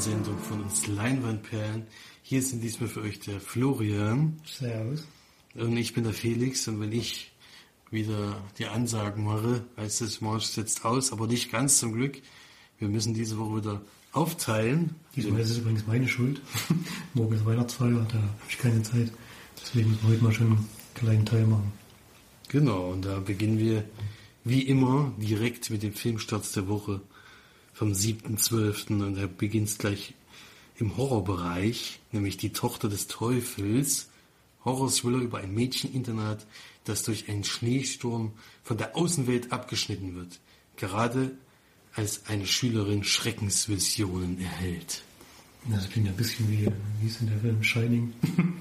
Sendung von uns Leinwandperlen. Hier sind diesmal für euch der Florian. Servus. Und ich bin der Felix. Und wenn ich wieder die Ansagen mache, heißt es, Marsch setzt aus, aber nicht ganz zum Glück. Wir müssen diese Woche wieder aufteilen. Diesmal ist es übrigens meine Schuld. Morgen ist Weihnachtsfeier, da habe ich keine Zeit. Deswegen müssen wir heute mal schon einen kleinen Teil machen. Genau, und da beginnen wir wie immer direkt mit dem Filmstart der Woche vom 7.12. Und da beginnt es gleich im Horrorbereich, nämlich Die Tochter des Teufels. Horror-Thriller über ein Mädcheninternat, das durch einen Schneesturm von der Außenwelt abgeschnitten wird. Gerade als eine Schülerin Schreckensvisionen erhält. Das klingt ja ein bisschen wie es in der Film Shining.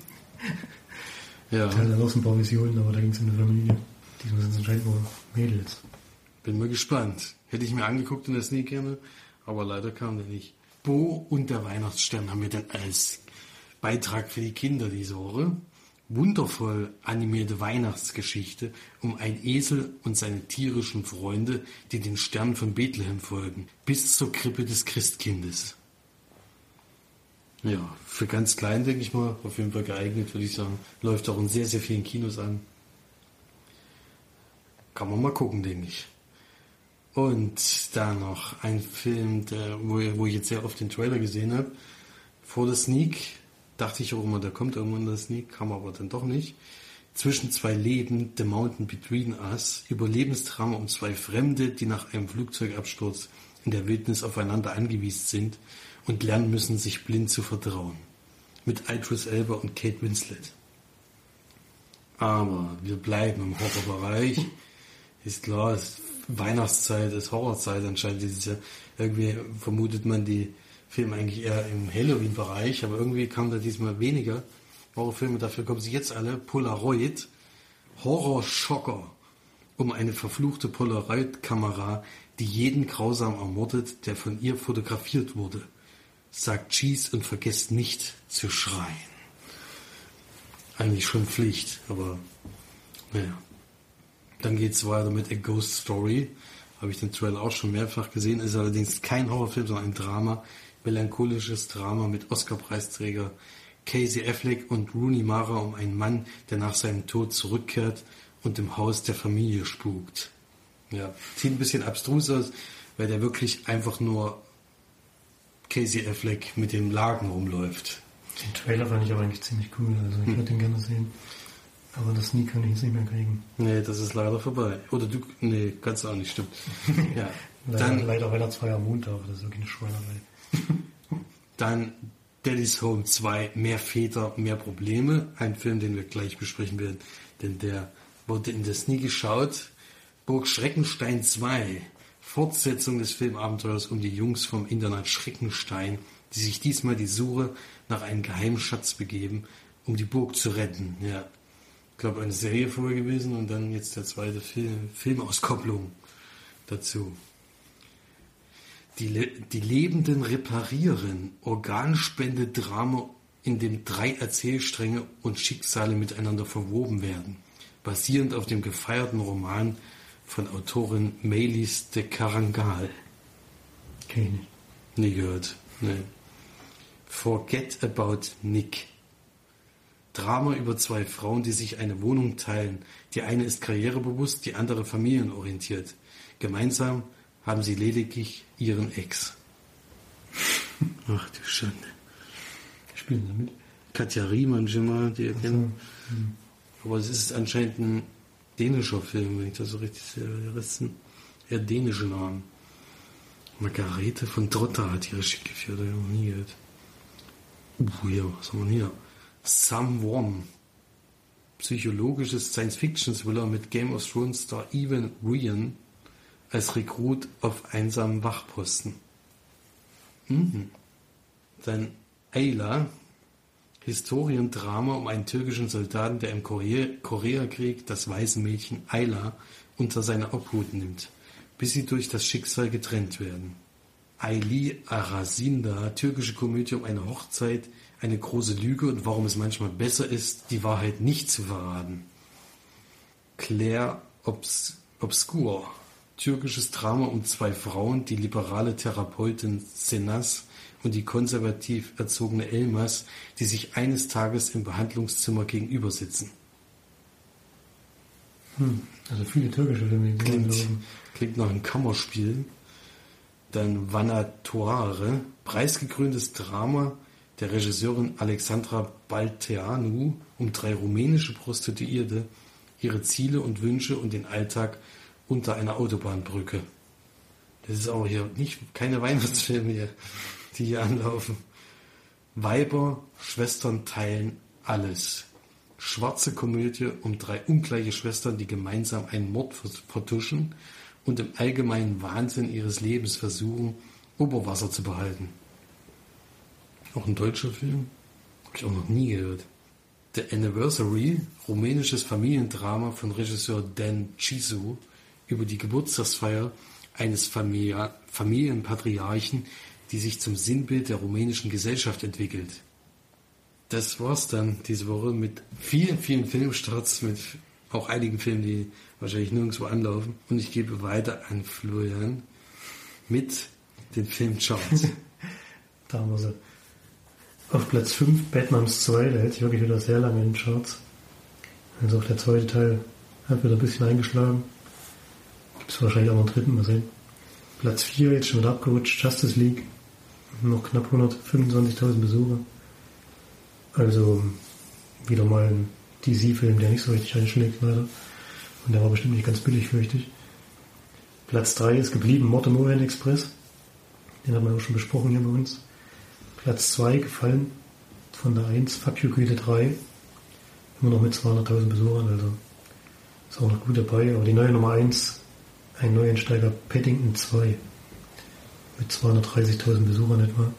Ja. Da hat auch so ein paar Visionen, aber da ging es in der Familie. Diesmal sind es anscheinend nur Mädels. Bin mal gespannt. Hätte ich mir angeguckt in der Sneak gerne, aber leider kam der nicht. Bo und der Weihnachtsstern haben wir dann als Beitrag für die Kinder diese Woche. Wundervoll animierte Weihnachtsgeschichte um einen Esel und seine tierischen Freunde, die den Stern von Bethlehem folgen, bis zur Krippe des Christkindes. Ja, für ganz klein, denke ich mal, auf jeden Fall geeignet, würde ich sagen. Läuft auch in sehr, sehr vielen Kinos an. Kann man mal gucken, denke ich. Und da noch ein Film, wo ich jetzt sehr oft den Trailer gesehen habe. Vor der Sneak dachte ich auch immer, der kommt irgendwann in der Sneak, kam aber dann doch nicht. Zwischen zwei Leben, The Mountain Between Us, Überlebensdrama um zwei Fremde, die nach einem Flugzeugabsturz in der Wildnis aufeinander angewiesen sind und lernen müssen, sich blind zu vertrauen. Mit Idris Elba und Kate Winslet. Aber wir bleiben im Horrorbereich. Ist klar, es ist Weihnachtszeit, ist Horrorzeit anscheinend dieses Jahr. Irgendwie vermutet man die Filme eigentlich eher im Halloween-Bereich, aber irgendwie kam da diesmal weniger Horrorfilme. Dafür kommen sie jetzt alle. Polaroid, Horrorschocker, um eine verfluchte Polaroid-Kamera, die jeden grausam ermordet, der von ihr fotografiert wurde. Sagt Cheese und vergesst nicht zu schreien. Eigentlich schon Pflicht, aber naja. Dann geht's weiter mit A Ghost Story. Habe ich den Trailer auch schon mehrfach gesehen. Ist allerdings kein Horrorfilm, sondern ein Drama. Melancholisches Drama mit Oscar-Preisträger Casey Affleck und Rooney Mara um einen Mann, der nach seinem Tod zurückkehrt und im Haus der Familie spukt. Ja, sieht ein bisschen abstrus aus, weil der wirklich einfach nur Casey Affleck mit dem Laken rumläuft. Den Trailer fand ich aber eigentlich ziemlich cool, also ich würde den gerne sehen. Aber das Sneak kann ich jetzt nicht mehr kriegen. Nee, das ist leider vorbei. Oder du, nee, kannst du auch nicht, stimmt. Ja. Leider Weihnachtsfeier am Montag, das ist wirklich eine Schweinerei. Dann Daddy's Home 2, mehr Väter, mehr Probleme. Ein Film, den wir gleich besprechen werden, denn der wurde in der Sneak geschaut. Burg Schreckenstein 2, Fortsetzung des Filmabenteuers um die Jungs vom Internat Schreckenstein, die sich diesmal die Suche nach einem geheimen Schatz begeben, um die Burg zu retten. Ja. Ich glaube, eine Serie vorher gewesen und dann jetzt der zweite Filmauskopplung dazu. Die Lebenden reparieren, Organspende-Drama, in dem 3 Erzählstränge und Schicksale miteinander verwoben werden, basierend auf dem gefeierten Roman von Autorin Maylis de Carangal. Kenn ich nicht. Nie gehört. Nee. Forget About Nick. Drama über 2 Frauen, die sich eine Wohnung teilen. Die eine ist karrierebewusst, die andere familienorientiert. Gemeinsam haben sie lediglich ihren Ex. Ach du Schande. Spielen damit? Katja Riemann schon mal, die erkennen. Aber es ist anscheinend ein dänischer Film, wenn ich das so richtig sehe. Der Rest sind eher dänische Namen. Margarete von Trotta hat die Regie geführt, habe ich noch nie gehört. Hier, was haben wir hier? Someone. Psychologisches Science-Fiction-Thriller mit Game of Thrones Star Evan Ryan als Rekrut auf einsamen Wachposten. Dann Ayla, Historiendrama um einen türkischen Soldaten, der im Koreakrieg das weiße Mädchen Ayla unter seine Obhut nimmt, bis sie durch das Schicksal getrennt werden. Ayli Arasinda, türkische Komödie um eine Hochzeit, eine große Lüge und warum es manchmal besser ist, die Wahrheit nicht zu verraten. Claire Obscure, türkisches Drama um zwei Frauen, die liberale Therapeutin Senas und die konservativ erzogene Elmas, die sich eines Tages im Behandlungszimmer gegenüber sitzen. Also viele türkische Filme. Klingt nach einem Kammerspiel. Dann Vânătoare, preisgekröntes Drama der Regisseurin Alexandra Balteanu um drei rumänische Prostituierte, ihre Ziele und Wünsche und den Alltag unter einer Autobahnbrücke. Das ist auch hier keine Weihnachtsfilme hier, die hier anlaufen. Weiber, Schwestern teilen alles. Schwarze Komödie um drei ungleiche Schwestern, die gemeinsam einen Mord vertuschen und im allgemeinen Wahnsinn ihres Lebens versuchen, Oberwasser zu behalten. Auch ein deutscher Film? Habe ich auch noch nie gehört. The Anniversary, rumänisches Familiendrama von Regisseur Dan Cisu über die Geburtstagsfeier eines Familienpatriarchen, die sich zum Sinnbild der rumänischen Gesellschaft entwickelt. Das war's dann diese Woche mit vielen, vielen Filmstarts, mit auch einigen Filmen, die wahrscheinlich nirgendwo anlaufen. Und ich gebe weiter an Florian mit den Filmcharts. Da haben wir sie. Auf Platz 5 Batmans 2, der hält sich wirklich wieder sehr lange in den Charts. Also auch der zweite Teil hat wieder ein bisschen eingeschlagen. Gibt es wahrscheinlich auch noch einen dritten, mal sehen. Platz 4 jetzt schon wieder abgerutscht, Justice League. Noch knapp 125.000 Besucher. Also wieder mal ein DC-Film, der nicht so richtig einschlägt, leider. Und der war bestimmt nicht ganz billig, fürchte ich. Platz 3 ist geblieben, Mord im Orient Express. Den haben wir auch schon besprochen hier bei uns. Platz 2 gefallen von der 1, Fuck You Goethe 3. Immer noch mit 200.000 Besuchern, also ist auch noch gut dabei. Aber die neue Nummer 1, ein Neueinsteiger Paddington 2 mit 230.000 Besuchern etwa.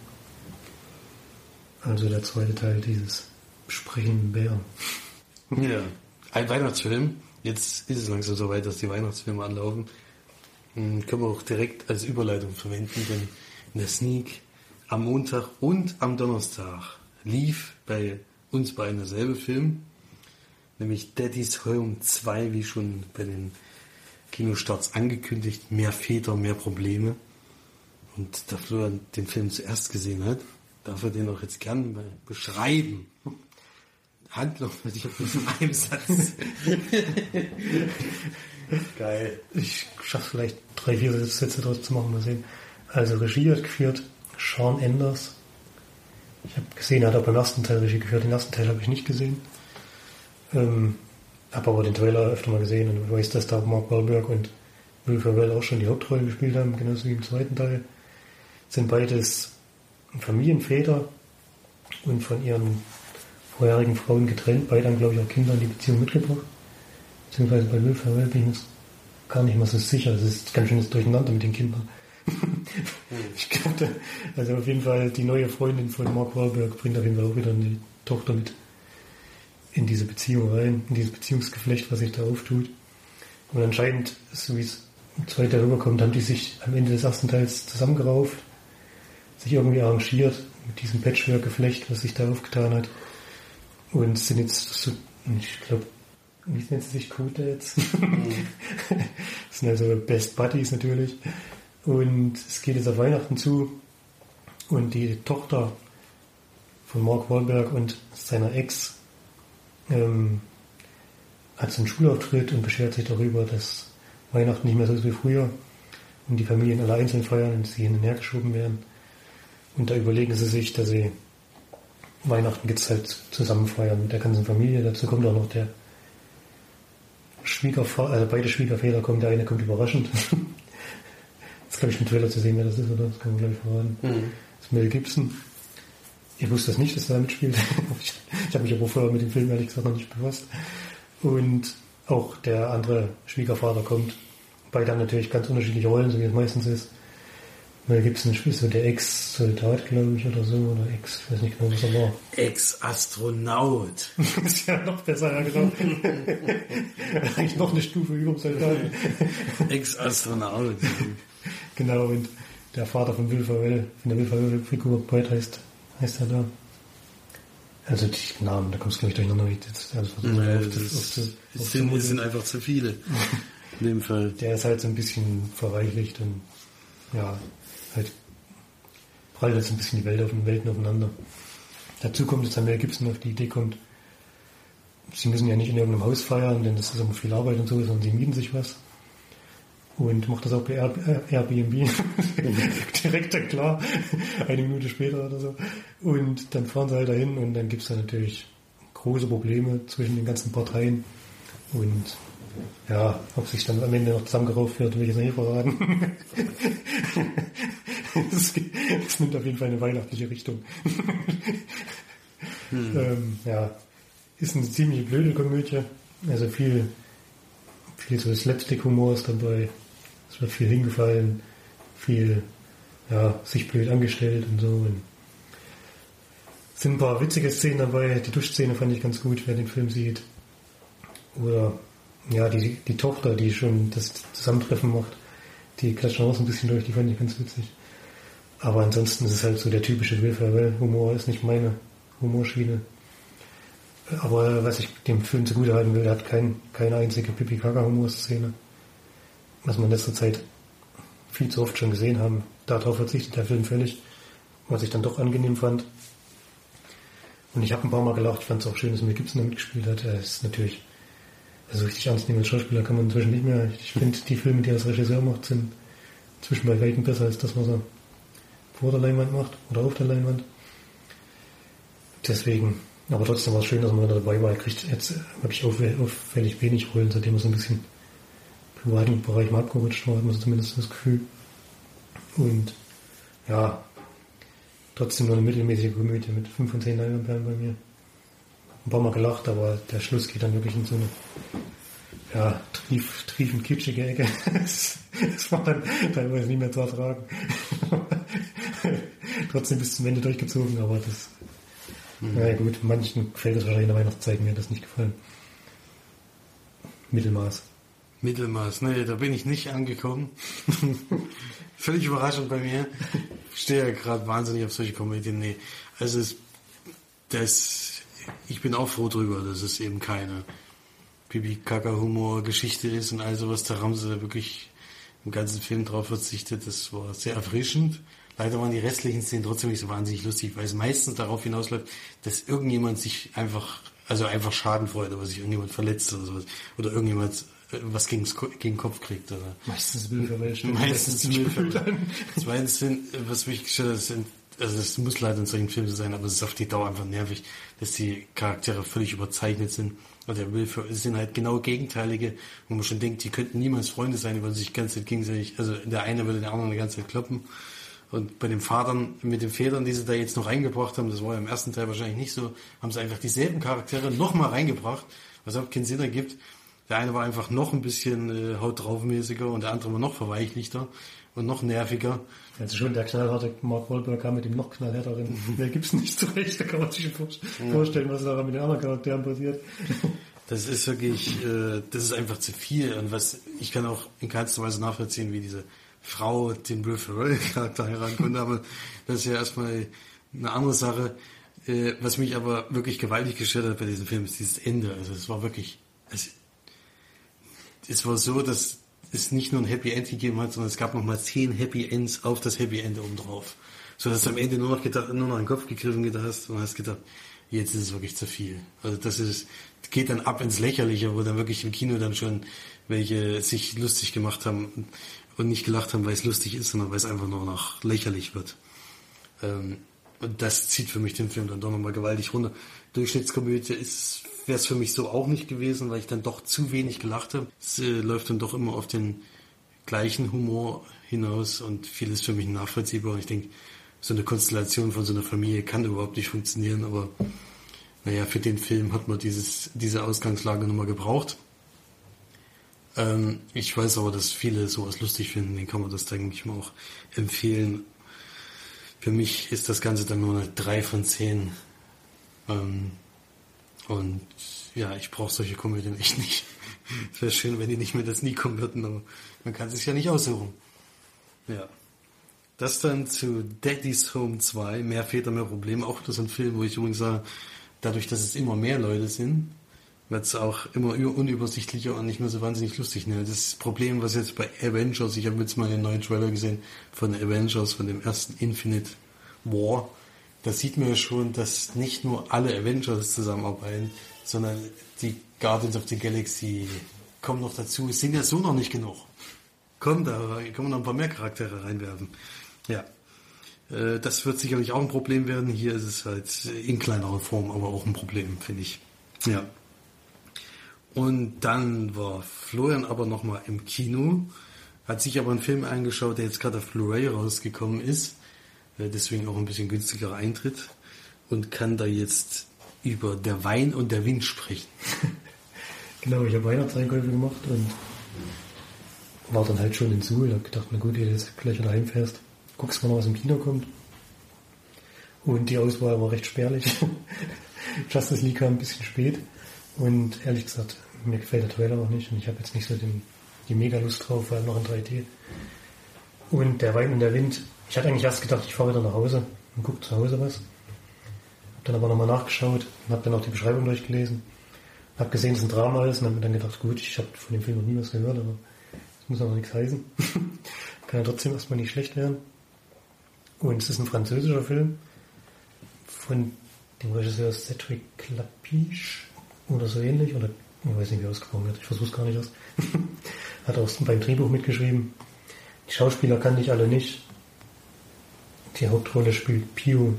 Also der zweite Teil dieses sprechenden Bären. Ja, ein Weihnachtsfilm. Jetzt ist es langsam so weit, dass die Weihnachtsfilme anlaufen. Können wir auch direkt als Überleitung verwenden, denn in der Sneak am Montag und am Donnerstag lief bei uns beiden derselbe Film, nämlich Daddy's Home 2, wie schon bei den Kinostarts angekündigt, mehr Väter, mehr Probleme. Und da Florian den Film zuerst gesehen hat, darf er den auch jetzt gerne mal beschreiben. Handlung, ich habe das in einem Satz. Geil. Ich schaffe vielleicht 3-4 Sätze draus zu machen, mal sehen. Also Regie hat geführt Sean Enders. Ich habe gesehen, er hat auch beim ersten Teil Regie geführt. Den ersten Teil habe ich nicht gesehen. Habe aber den Trailer öfter mal gesehen und weiß, dass da Mark Wahlberg und Will Ferrell auch schon die Hauptrolle gespielt haben, genauso wie im zweiten Teil. Sind beides Familienväter und von ihren vorherigen Frauen getrennt. Beide haben, glaube ich, auch Kinder in die Beziehung mitgebracht. Beziehungsweise bei Will Ferrell bin ich mir gar nicht mal so sicher. Es ist ganz schönes Durcheinander mit den Kindern. Ich glaube, also auf jeden Fall die neue Freundin von Mark Wahlberg bringt auf jeden Fall auch wieder eine Tochter mit in diese Beziehung rein, in dieses Beziehungsgeflecht, was sich da auftut. Und anscheinend, so wie es im zweiten Teil rüberkommt, haben die sich am Ende des ersten Teils zusammengerauft, sich irgendwie arrangiert mit diesem Patchwork-Geflecht, was sich da aufgetan hat. Und sind jetzt so, ich glaube, wie nennt sie sich, Co-Dads? Das sind also Best Buddies natürlich. Und es geht jetzt auf Weihnachten zu. Und die Tochter von Mark Wahlberg und seiner Ex hat so einen Schulauftritt und beschwert sich darüber, dass Weihnachten nicht mehr so ist wie früher und die Familien alle einzeln feiern und sie hin und her geschoben werden. Und da überlegen sie sich, dass sie Weihnachten jetzt halt zusammen feiern mit der ganzen Familie. Dazu kommt auch noch der Schwiegervater, also beide Schwiegerväter kommen, der eine kommt überraschend. Jetzt glaube ich im Trailer zu sehen, wer das ist, oder? Das kann man gleich verraten. Das ist Mel Gibson. Ich wusste das nicht, dass er da mitspielt. Ich habe mich aber vorher mit dem Film ehrlich gesagt noch nicht befasst. Und auch der andere Schwiegervater kommt. Beide haben natürlich ganz unterschiedliche Rollen, so wie es meistens ist. Mel Gibson spielt so der Ex-Soldat, glaube ich, oder so, oder ich weiß nicht genau, was er war. Ex-Astronaut. Das ist ja noch besser, ja genau. Eigentlich noch eine Stufe über dem Soldaten. Ex-Astronaut. Genau, und der Vater von Will Ferrell, von der Will Ferrell-Figur, Boyd heißt er da. Also die Namen, da kommst du glaube ich durcheinander. Es sind einfach zu viele. In dem Fall. Der ist halt so ein bisschen verweichlicht und ja, halt prallt jetzt ein bisschen die Welten aufeinander. Dazu kommt, dass Mel Gibson auf die Idee kommt, sie müssen ja nicht in irgendeinem Haus feiern, denn das ist immer viel Arbeit und so, sondern sie mieten sich was. Und macht das auch bei Airbnb. Direkt dann klar, eine Minute später oder so. Und dann fahren sie halt dahin und dann gibt es da natürlich große Probleme zwischen den ganzen Parteien. Und ja, ob sich dann am Ende noch zusammengerauft wird, will ich jetzt nicht verraten. Es nimmt auf jeden Fall eine weihnachtliche Richtung. Ja, ist eine ziemlich blöde Komödie. Also viel so Slapstick-Humor ist dabei. Es wird viel hingefallen, viel, ja, sich blöd angestellt und so. Und es sind ein paar witzige Szenen dabei. Die Duschszene fand ich ganz gut, wer den Film sieht. Oder, ja, die Tochter, die schon das Zusammentreffen macht, die klatscht auch so ein bisschen durch, die fand ich ganz witzig. Aber ansonsten ist es halt so der typische Will Ferrell-Humor, ist nicht meine Humorschiene. Aber was ich dem Film zugute halten will, der hat keine einzige Pipi-Kaka-Humor-Szene. Was wir in letzter Zeit viel zu oft schon gesehen haben. Darauf verzichtet der Film völlig, was ich dann doch angenehm fand. Und ich habe ein paar Mal gelacht, ich fand es auch schön, dass Mel Gibson da mitgespielt hat. Er ist natürlich, also richtig ernst nehmen als Schauspieler kann man inzwischen nicht mehr. Ich finde, die Filme, die er als Regisseur macht, sind inzwischen bei weitem besser als das, was er vor der Leinwand macht oder auf der Leinwand. Deswegen, aber trotzdem war es schön, dass man da dabei war. Er kriegt jetzt wirklich auffällig wenig Rollen, seitdem er so ein bisschen privaten Bereich mal abgerutscht war, hat man so zumindest das Gefühl. Und ja, trotzdem nur eine mittelmäßige Komödie mit 5 von 10 Leinwandperlen bei mir. Ein paar Mal gelacht, aber der Schluss geht dann wirklich in so eine, ja, triefend kitschige Ecke. Das war dann teilweise nicht mehr zu ertragen. Trotzdem bis zum Ende durchgezogen, aber das, naja gut, manchen gefällt es wahrscheinlich in der Weihnachtszeit, mir hat das nicht gefallen. Mittelmaß, nee, da bin ich nicht angekommen. Völlig überraschend bei mir. Ich stehe ja gerade wahnsinnig auf solche Komödien. Nee, also ich bin auch froh drüber, dass es eben keine Pipi-Kaka-Humor-Geschichte ist und all sowas. Da haben sie wirklich im ganzen Film drauf verzichtet. Das war sehr erfrischend. Leider waren die restlichen Szenen trotzdem nicht so wahnsinnig lustig, weil es meistens darauf hinausläuft, dass irgendjemand sich einfach Schadenfreude, oder sich irgendjemand verletzt oder sowas. Oder irgendjemand was gegen den Kopf kriegt. Oder meistens Müllverwälschung. Zweitens was mich gestört hat, also das muss leider in solchen Filmen so sein, aber es ist auf die Dauer einfach nervig, dass die Charaktere völlig überzeichnet sind. Also es sind halt genau Gegenteilige, wo man schon denkt, die könnten niemals Freunde sein, die würden sich die ganze Zeit gegenseitig, also der eine würde den anderen die ganze Zeit kloppen. Und bei den Vatern, mit den Vätern, die sie da jetzt noch reingebracht haben, das war ja im ersten Teil wahrscheinlich nicht so, haben sie einfach dieselben Charaktere nochmal reingebracht, was auch keinen Sinn ergibt. Der eine war einfach noch ein bisschen Haut draufmäßiger und der andere war noch verweichlichter und noch nerviger. Also schon der knallharte Mark Wahlberg kam mit dem noch knallhärteren. Mehr gibt's nicht zurecht, da kann man sich schon vorstellen, was da mit den anderen Charakteren passiert. Das ist wirklich, das ist einfach zu viel und ich kann auch in keinster Weise nachvollziehen, wie diese Frau den Will Ferrell-Charakter heiraten konnte, aber das ist ja erstmal eine andere Sache. Was mich aber wirklich gewaltig gestört hat bei diesem Film, ist dieses Ende. Also es war wirklich, es war so, dass es nicht nur ein Happy End gegeben hat, sondern es gab nochmal 10 Happy Ends auf das Happy End obendrauf. So dass du am Ende nur noch an den Kopf gegriffen hast und hast gedacht, jetzt ist es wirklich zu viel. Also geht dann ab ins Lächerliche, wo dann wirklich im Kino dann schon welche sich lustig gemacht haben und nicht gelacht haben, weil es lustig ist, sondern weil es einfach nur noch lächerlich wird. Und das zieht für mich den Film dann doch nochmal gewaltig runter. Durchschnittskomödie wäre es für mich so auch nicht gewesen, weil ich dann doch zu wenig gelacht habe. Es läuft dann doch immer auf den gleichen Humor hinaus und vieles für mich nachvollziehbar. Und ich denke, so eine Konstellation von so einer Familie kann überhaupt nicht funktionieren, aber naja, für den Film hat man diese Ausgangslage nochmal gebraucht. Ich weiß aber, dass viele sowas lustig finden, den kann man das, denke ich mal, auch empfehlen. Für mich ist das Ganze dann nur eine 3 von 10. Und ja, ich brauche solche Komödien echt nicht. Es wäre schön, wenn die nicht mehr das nie kommen würden, aber man kann sich ja nicht aussuchen. Ja. Das dann zu Daddy's Home 2, mehr Väter, mehr Probleme. Auch das ist ein Film, wo ich übrigens sage, dadurch, dass es immer mehr Leute sind, wird es auch immer unübersichtlicher und nicht mehr so wahnsinnig lustig. Ne? Das Problem, was jetzt bei Avengers, ich habe jetzt mal einen neuen Trailer gesehen von Avengers, von dem ersten Infinite War, da sieht man ja schon, dass nicht nur alle Avengers zusammenarbeiten, sondern die Guardians of the Galaxy kommen noch dazu. Es sind ja so noch nicht genug. Komm, da kann man noch ein paar mehr Charaktere reinwerfen. Ja, das wird sicherlich auch ein Problem werden. Hier ist es halt in kleinerer Form, aber auch ein Problem, finde ich. Ja. Und dann war Florian aber nochmal im Kino, hat sich aber einen Film angeschaut, der jetzt gerade auf Blu-ray rausgekommen ist, deswegen auch ein bisschen günstigerer Eintritt, und kann da jetzt über Der Wein und der Wind sprechen. Genau, ich habe Weihnachtseinkäufe gemacht und war dann halt schon in Suhl. Ich habe gedacht, na gut, wenn du jetzt gleich wieder heimfährst, guckst mal noch, was im Kino kommt. Und die Auswahl war recht spärlich. Justice League kam ein bisschen spät. Und ehrlich gesagt, mir gefällt der Trailer auch nicht. Und ich habe jetzt nicht so die Mega-Lust drauf, vor allem noch in 3D. Und Der Wein und der Wind. Ich hatte eigentlich erst gedacht, ich fahre wieder nach Hause und gucke zu Hause was. Habe dann aber nochmal nachgeschaut und habe dann auch die Beschreibung durchgelesen. Habe gesehen, dass es ein Drama ist und habe mir dann gedacht, gut, ich habe von dem Film noch nie was gehört, aber das muss auch noch nichts heißen. Kann ja trotzdem erstmal nicht schlecht werden. Und es ist ein französischer Film von dem Regisseur Cédric Klapisch oder so ähnlich, oder ich weiß nicht, wie er ausgesprochen wird, ich versuche es gar nicht aus. Hat auch beim Drehbuch mitgeschrieben. Die Schauspieler kannte ich alle nicht. Die Hauptrolle spielt Pio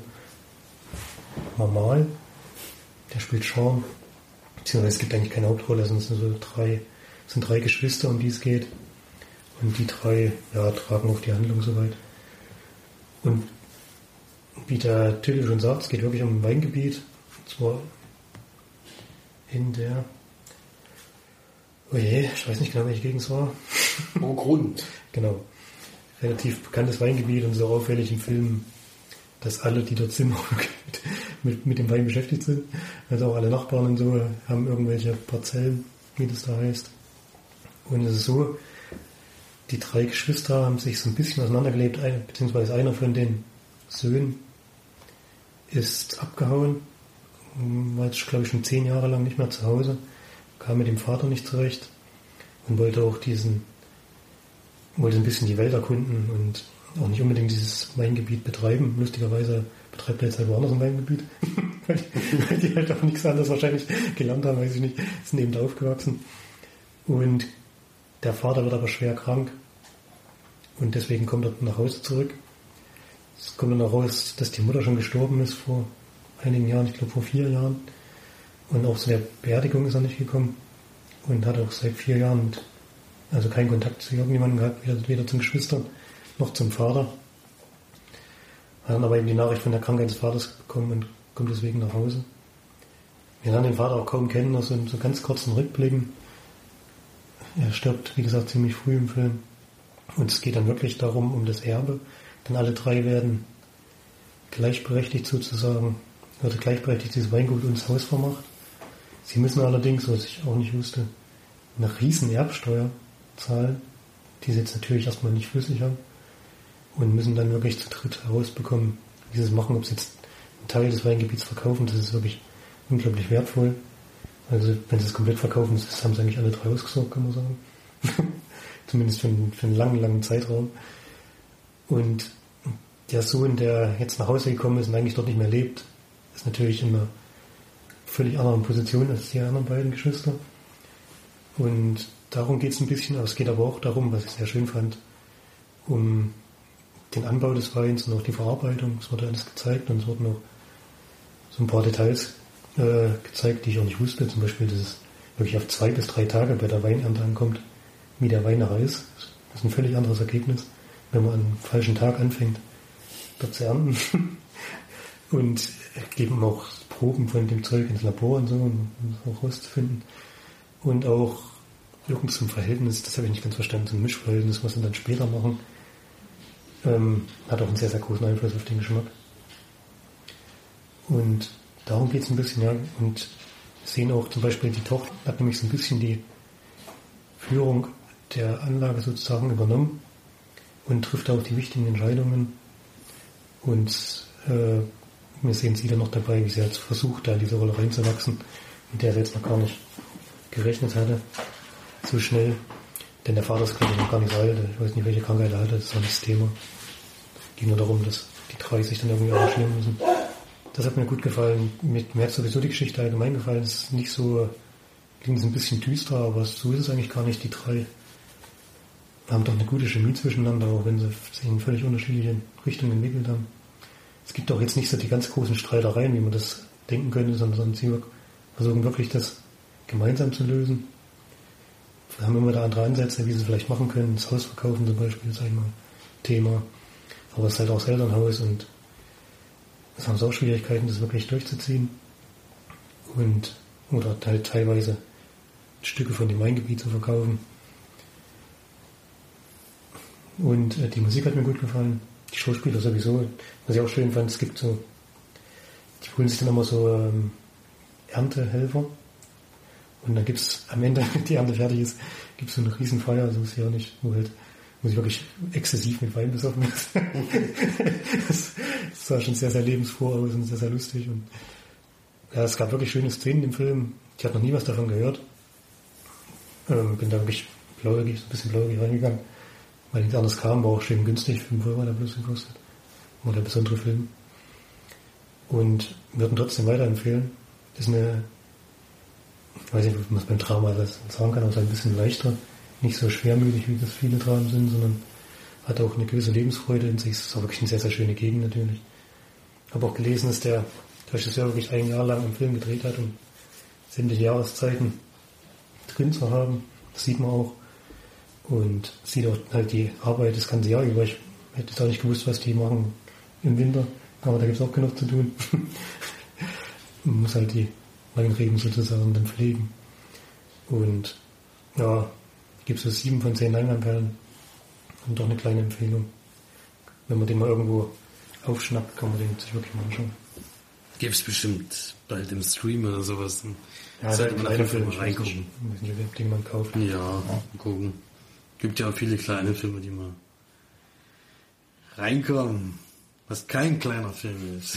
Marmal, der spielt Sean. Beziehungsweise es gibt eigentlich keine Hauptrolle, sondern es sind drei Geschwister, um die es geht. Und die drei, ja, tragen auch die Handlung soweit. Und wie der Titel schon sagt, es geht wirklich um ein Weingebiet. Und zwar in der, oh je, ich weiß nicht genau, welche Gegend es war. Oh, Grund. Genau. Relativ bekanntes Weingebiet und so auffällig im Film, dass alle, die dort sind, mit dem Wein beschäftigt sind. Also auch alle Nachbarn und so haben irgendwelche Parzellen, wie das da heißt. Und es ist so, die drei Geschwister haben sich so ein bisschen auseinandergelebt, beziehungsweise einer von den Söhnen ist abgehauen, war jetzt, glaube ich, schon 10 Jahre lang nicht mehr zu Hause, kam mit dem Vater nicht zurecht und wollte auch wollte ein bisschen die Welt erkunden und auch nicht unbedingt dieses Weingebiet betreiben. Lustigerweise betreibt er jetzt halt woanders ein Weingebiet, weil die halt auch nichts anderes wahrscheinlich gelernt haben, weiß ich nicht, sind eben da aufgewachsen. Und der Vater wird aber schwer krank und deswegen kommt er nach Hause zurück. Es kommt dann heraus, dass die Mutter schon gestorben ist vor einigen Jahren, ich glaube vor 4 Jahren. Und auch zu der Beerdigung ist er nicht gekommen und hat auch seit 4 Jahren also keinen Kontakt zu irgendjemandem gehabt, weder zum Geschwistern noch zum Vater. Hat dann aber eben die Nachricht von der Krankheit des Vaters bekommen und kommt deswegen nach Hause. Wir lernen den Vater auch kaum kennen, also in so ganz kurzen Rückblicken. Er stirbt, wie gesagt, ziemlich früh im Film. Und es geht dann wirklich darum, um das Erbe. Denn alle drei werden gleichberechtigt sozusagen, wird gleichberechtigt dieses Weingut ins Haus vermacht. Sie müssen allerdings, was ich auch nicht wusste, eine riesen Erbsteuer zahlen, die sie jetzt natürlich erstmal nicht flüssig haben. Und müssen dann wirklich zu dritt herausbekommen, wie sie es machen, ob sie jetzt einen Teil des Weingebiets verkaufen. Das ist wirklich unglaublich wertvoll. Also wenn sie es komplett verkaufen, das haben sie eigentlich alle 3 ausgesorgt, kann man sagen. Zumindest für einen langen, langen Zeitraum. Und der Sohn, der jetzt nach Hause gekommen ist und eigentlich dort nicht mehr lebt, ist natürlich in einer völlig anderen Position als die anderen beiden Geschwister. Und darum geht es ein bisschen, aber es geht aber auch darum, was ich sehr schön fand, um den Anbau des Weins und auch die Verarbeitung. Es wurde alles gezeigt und es wurden auch so ein paar Details gezeigt, die ich auch nicht wusste. Zum Beispiel, dass es wirklich auf 2 bis 3 Tage bei der Weinernte ankommt, wie der Wein nachher ist. Das ist ein völlig anderes Ergebnis, wenn man am falschen Tag anfängt, dort zu ernten. Und geben auch Proben von dem Zeug ins Labor und so, um das auch rauszufinden. Und auch irgend zum Verhältnis, das habe ich nicht ganz verstanden, zum Mischverhältnis, was sie dann später machen, hat auch einen sehr, sehr großen Einfluss auf den Geschmack. Und darum geht es ein bisschen, ja. Und wir sehen auch zum Beispiel, die Tochter hat nämlich so ein bisschen die Führung der Anlage sozusagen übernommen und trifft auch die wichtigen Entscheidungen. Und wir sehen sie dann noch dabei, wie sie halt versucht, da in diese Rolle reinzuwachsen mit der er jetzt noch gar nicht gerechnet hatte, so schnell. Denn der Vater ist, glaube ich, noch gar nicht so alt. Ich weiß nicht, welche Krankheit er hatte, das ist auch nicht das Thema. Es ging nur darum, dass die drei sich dann irgendwie arrangieren müssen. Das hat mir gut gefallen. Mir hat sowieso die Geschichte allgemein gefallen. Es ist nicht so, klingt ein bisschen düster, aber so ist es eigentlich gar nicht. Die drei haben doch eine gute Chemie zwischeneinander, auch wenn sie sich in völlig unterschiedliche Richtungen entwickelt haben. Es gibt auch jetzt nicht so die ganz großen Streitereien, wie man das denken könnte, sondern sie versuchen wirklich, das gemeinsam zu lösen. Wir haben immer da andere Ansätze, wie sie es vielleicht machen können. Das Haus verkaufen zum Beispiel, sag ich mal, Thema. Aber es ist halt auch das Elternhaus und es haben sie auch Schwierigkeiten, das wirklich durchzuziehen. Oder halt teilweise Stücke von dem Weingebiet zu verkaufen. Und die Musik hat mir gut gefallen. Die Schauspieler sowieso. Was ich auch schön fand, es gibt so, die holen sich dann immer so Erntehelfer. Und dann gibt es am Ende, wenn die Ernte fertig ist, gibt es so eine Riesenfeier, also ist ja auch nicht, wo sie wirklich exzessiv mit Wein besoffen ist. Das sah schon sehr, sehr lebensfroh aus und sehr, sehr lustig. Und ja, es gab wirklich schöne Szenen im Film. Ich hatte noch nie was davon gehört. Bin da wirklich so ein bisschen blauäugig reingegangen. Weil nichts anderes kam, war auch schön günstig, 5 € hat er bloß gekostet. War der besondere Film. Und würden trotzdem weiterempfehlen. Das ist eine, ich weiß nicht, wie man es beim Drama sagen kann, aber es ist ein bisschen leichter. Nicht so schwermütig, wie das viele Dramen sind, sondern hat auch eine gewisse Lebensfreude in sich. Es ist auch wirklich eine sehr, sehr schöne Gegend natürlich. Ich habe auch gelesen, dass der Regisseur wirklich 1 Jahr lang einen Film gedreht hat, um sämtliche Jahreszeiten drin zu haben. Das sieht man auch. Und sieht auch halt die Arbeit das ganze Jahr über. Ich hätte jetzt auch nicht gewusst, was die machen im Winter, aber da gibt es auch genug zu tun. Man muss halt die Weinreben sozusagen dann pflegen. Und ja, gibt es so 7 von 10 Leinwandperlen. Und doch eine kleine Empfehlung. Wenn man den mal irgendwo aufschnappt, kann man den sich wirklich mal anschauen. Gibt es bestimmt bald im Stream oder sowas. Ja, sollte man einfach Film mal reingucken. Ich weiß nicht, ob den jemand kauft. Ja, gucken. Gibt ja auch viele kleine Filme, die mal reinkommen. Was kein kleiner Film ist.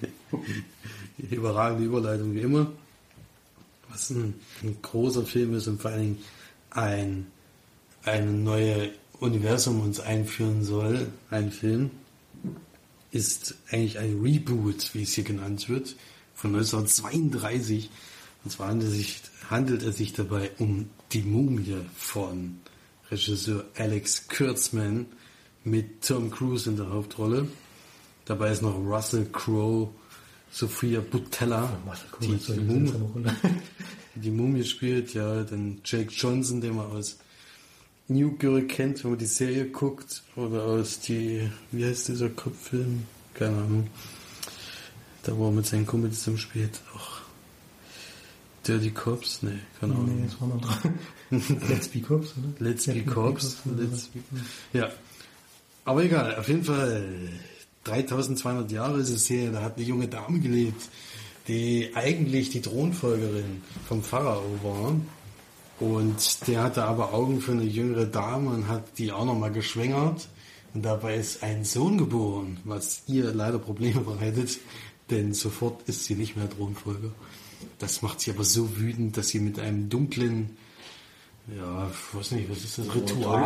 Überragende Überleitung wie immer. Was ein großer Film ist und vor allen Dingen ein neues Universum uns einführen soll, ein Film, ist eigentlich ein Reboot, wie es hier genannt wird, von 1932. Und zwar handelt es sich dabei um Die Mumie von Regisseur Alex Kurtzman mit Tom Cruise in der Hauptrolle. Dabei ist noch Russell Crowe, Sophia Boutella, die Mumie spielt, ja, dann Jake Johnson, den man aus New Girl kennt, wenn man die Serie guckt, oder aus wie heißt dieser Kopffilm? Keine Ahnung. Da wo er mit seinen Kumpels zusammen spielt. Ach, Dirty Cops? Nee, keine Ahnung. Nee, das war noch dran. Let's Be Cops, oder? Let's Be Cops. Ja. Aber egal, auf jeden Fall 3200 Jahre ist es her, da hat eine junge Dame gelebt, die eigentlich die Thronfolgerin vom Pharao war. Und der hatte aber Augen für eine jüngere Dame und hat die auch nochmal geschwängert. Und dabei ist ein Sohn geboren, was ihr leider Probleme bereitet, denn sofort ist sie nicht mehr Thronfolger. Das macht sie aber so wütend, dass sie mit einem dunklen, ja, ich weiß nicht, was ist das,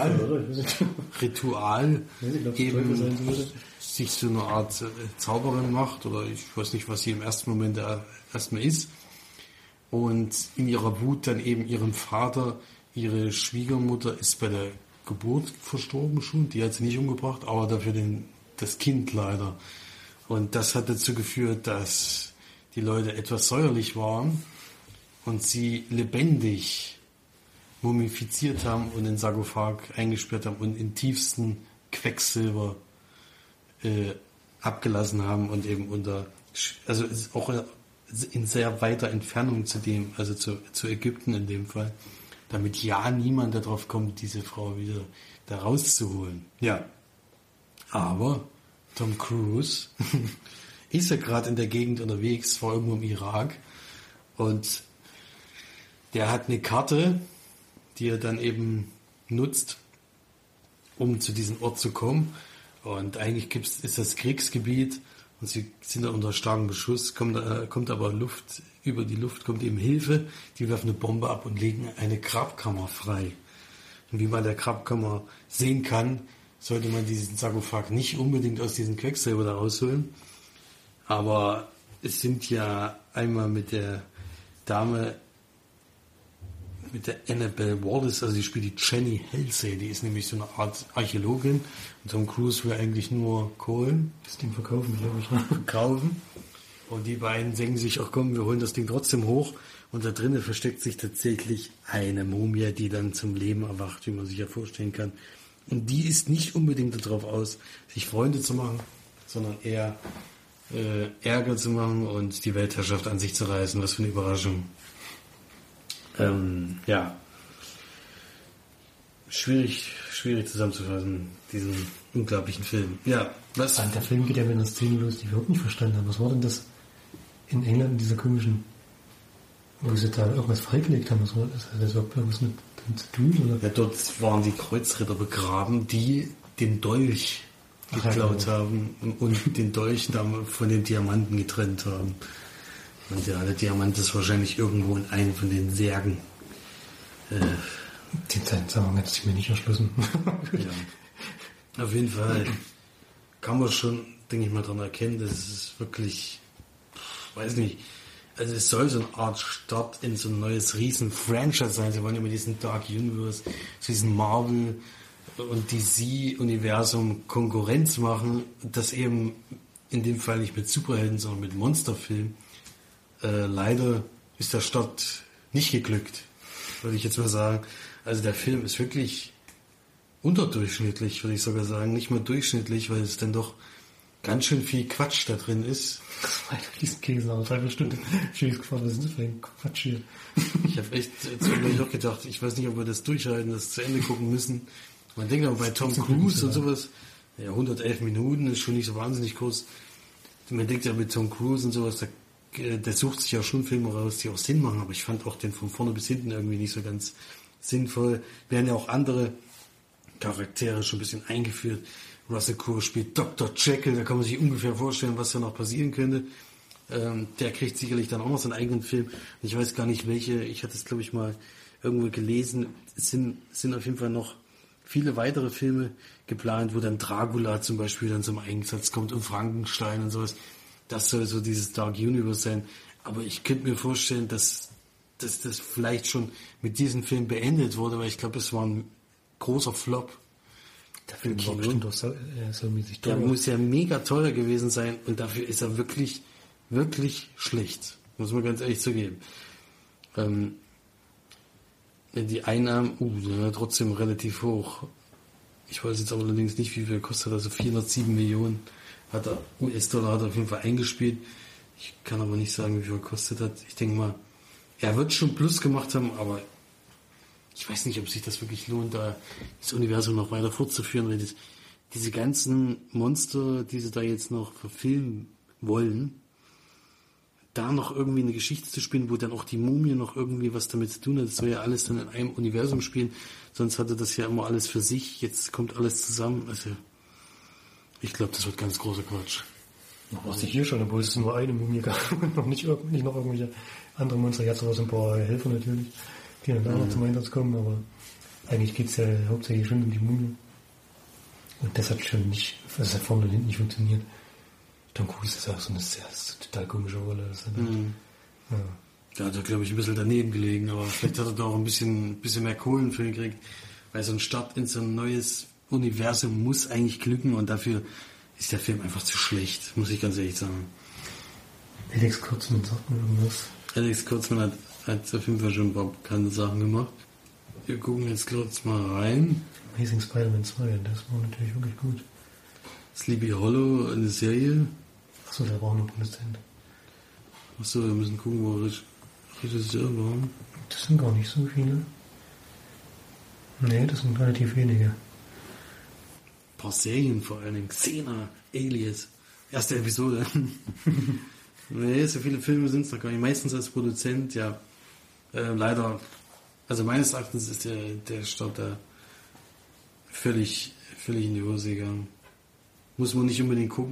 Ritual eben sich so eine Art Zauberin macht, oder ich weiß nicht, was sie im ersten Moment erstmal ist. Und in ihrer Wut dann eben ihren Vater, ihre Schwiegermutter ist bei der Geburt verstorben schon, die hat sie nicht umgebracht, aber dafür das Kind leider. Und das hat dazu geführt, dass die Leute etwas säuerlich waren und sie lebendig mumifiziert haben und in den Sarkophag eingesperrt haben und in tiefsten Quecksilber abgelassen haben und eben also ist auch in sehr weiter Entfernung zu Ägypten in dem Fall, damit ja niemand darauf kommt, diese Frau wieder da rauszuholen. Ja, aber Tom Cruise ist ja gerade in der Gegend unterwegs, vor irgendwo im Irak, und der hat eine Karte, die er dann eben nutzt, um zu diesem Ort zu kommen. Und eigentlich ist das Kriegsgebiet und sie sind da unter starkem Beschuss, kommt aber Luft, über die Luft kommt eben Hilfe, die werfen eine Bombe ab und legen eine Grabkammer frei. Und wie man der Grabkammer sehen kann, sollte man diesen Sarkophag nicht unbedingt aus diesem Quecksilber da rausholen. Aber es sind ja einmal mit der Dame, mit der Annabelle Wallis, also die spielt die Jenny Halsey, die ist nämlich so eine Art Archäologin. Und Tom Cruise will eigentlich nur Kohlen. Das Ding verkaufen, glaube ich. Verkaufen. Und die beiden denken sich, ach komm, wir holen das Ding trotzdem hoch. Und da drinnen versteckt sich tatsächlich eine Mumie, die dann zum Leben erwacht, wie man sich ja vorstellen kann. Und die ist nicht unbedingt darauf aus, sich Freunde zu machen, sondern eher Ärger zu machen und die Weltherrschaft an sich zu reißen. Was für eine Überraschung. Ja. Schwierig zusammenzufassen, diesen unglaublichen Film. Ja, was? Der Film geht ja mit einer Szene los, die wir überhaupt nicht verstanden haben. Was war denn das in England in dieser komischen, wo sie da irgendwas freigelegt haben? Was war das? Hat das überhaupt irgendwas mit dem zu tun? Oder? Ja, dort waren die Kreuzritter begraben, die den Dolch geklaut haben und den Dolch dann von den Diamanten getrennt haben. Und ja, der Diamant ist wahrscheinlich irgendwo in einem von den Särgen. Den Zusammenhang hat sich mir nicht erschlossen. Ja. Auf jeden Fall kann man schon, denke ich mal, daran erkennen, dass es wirklich, weiß nicht, also es soll so eine Art Start in so ein neues Riesen-Franchise sein. Sie wollen ja mit diesem Dark Universe, diesem Marvel und DC-Universum Konkurrenz machen. Das eben in dem Fall nicht mit Superhelden, sondern mit Monsterfilmen. Leider ist der Start nicht geglückt, würde ich jetzt mal sagen. Also der Film ist wirklich unterdurchschnittlich, würde ich sogar sagen. Nicht mal durchschnittlich, weil es dann doch ganz schön viel Quatsch da drin ist. Das war einfach diesen Käse nach einer Dreiviertelstunde. Ich habe gefragt, was ist das für ein Quatsch hier? Ich habe echt zwischendurch auch gedacht, ich weiß nicht, ob wir das durchhalten, das zu Ende gucken müssen. Man denkt aber bei Tom Cruise und sowas, ja, 111 Minuten ist schon nicht so wahnsinnig kurz. Man denkt ja mit Tom Cruise und sowas, der sucht sich ja schon Filme raus, die auch Sinn machen, aber ich fand auch den von vorne bis hinten irgendwie nicht so ganz sinnvoll. Werden ja auch andere Charaktere schon ein bisschen eingeführt. Russell Crowe spielt Dr. Jekyll, da kann man sich ungefähr vorstellen, was da noch passieren könnte. Der kriegt sicherlich dann auch noch seinen eigenen Film. Ich weiß gar nicht welche, ich hatte es glaube ich mal irgendwo gelesen, es sind auf jeden Fall noch viele weitere Filme geplant, wo dann Dracula zum Beispiel dann zum Einsatz kommt und Frankenstein und sowas. Das soll so dieses Dark Universe sein. Aber ich könnte mir vorstellen, dass das vielleicht schon mit diesem Film beendet wurde, weil ich glaube, es war ein großer Flop. Der Film war bestimmt auch so mäßig teuer. Der muss ja mega teuer gewesen sein und dafür ist er wirklich, wirklich schlecht. Muss man ganz ehrlich zugeben. Die Einnahmen, sind ja trotzdem relativ hoch. Ich weiß jetzt aber allerdings nicht, wie viel kostet. Also 407 Millionen hat er, US-Dollar hat er auf jeden Fall eingespielt. Ich kann aber nicht sagen, wie viel er gekostet hat. Ich denke mal, er wird schon Plus gemacht haben, aber ich weiß nicht, ob sich das wirklich lohnt, da das Universum noch weiter fortzuführen, weil diese ganzen Monster, die sie da jetzt noch verfilmen wollen, da noch irgendwie eine Geschichte zu spielen, wo dann auch die Mumie noch irgendwie was damit zu tun hat. Das soll ja alles dann in einem Universum spielen. Sonst hatte das ja immer alles für sich. Jetzt kommt alles zusammen. Also ich glaube, das wird ganz großer Quatsch. Was ich hier schon, obwohl es nur eine Mumie gab und noch nicht noch irgendwelche andere Monster. Jetzt aber so ein paar Helfer natürlich, die dann da noch zum Einsatz kommen, aber eigentlich geht es ja hauptsächlich schon um die Mumie. Und das hat schon nicht, das hat vorne und hinten nicht funktioniert. Tom Cruise ist auch so eine total komische Rolle. Ja. Da hat er, glaube ich, ein bisschen daneben gelegen, aber vielleicht hat er da auch ein bisschen mehr Kohlen für gekriegt, weil so ein Start in so ein neues Universum muss eigentlich glücken und dafür ist der Film einfach zu schlecht, muss ich ganz ehrlich sagen. Alex Kurtzman sagt mir irgendwas. Alex Kurtzman hat auf jeden Fall schon ein paar bekannte Sachen gemacht. Wir gucken jetzt kurz mal rein. Amazing Spider-Man 2, das war natürlich wirklich gut. Sleepy Hollow, eine Serie. Achso, der war auch noch Produzent. Achso, wir müssen gucken, wo Regisseur war. Das sind gar nicht so viele. Nee, das sind relativ wenige. Ein paar Serien vor allen Dingen. Xena, Alias. Erste Episode. Nee, so viele Filme sind es noch gar nicht. Meistens als Produzent, ja. Leider, also meines Erachtens ist der Start da völlig in die Hose gegangen. Muss man nicht unbedingt gucken.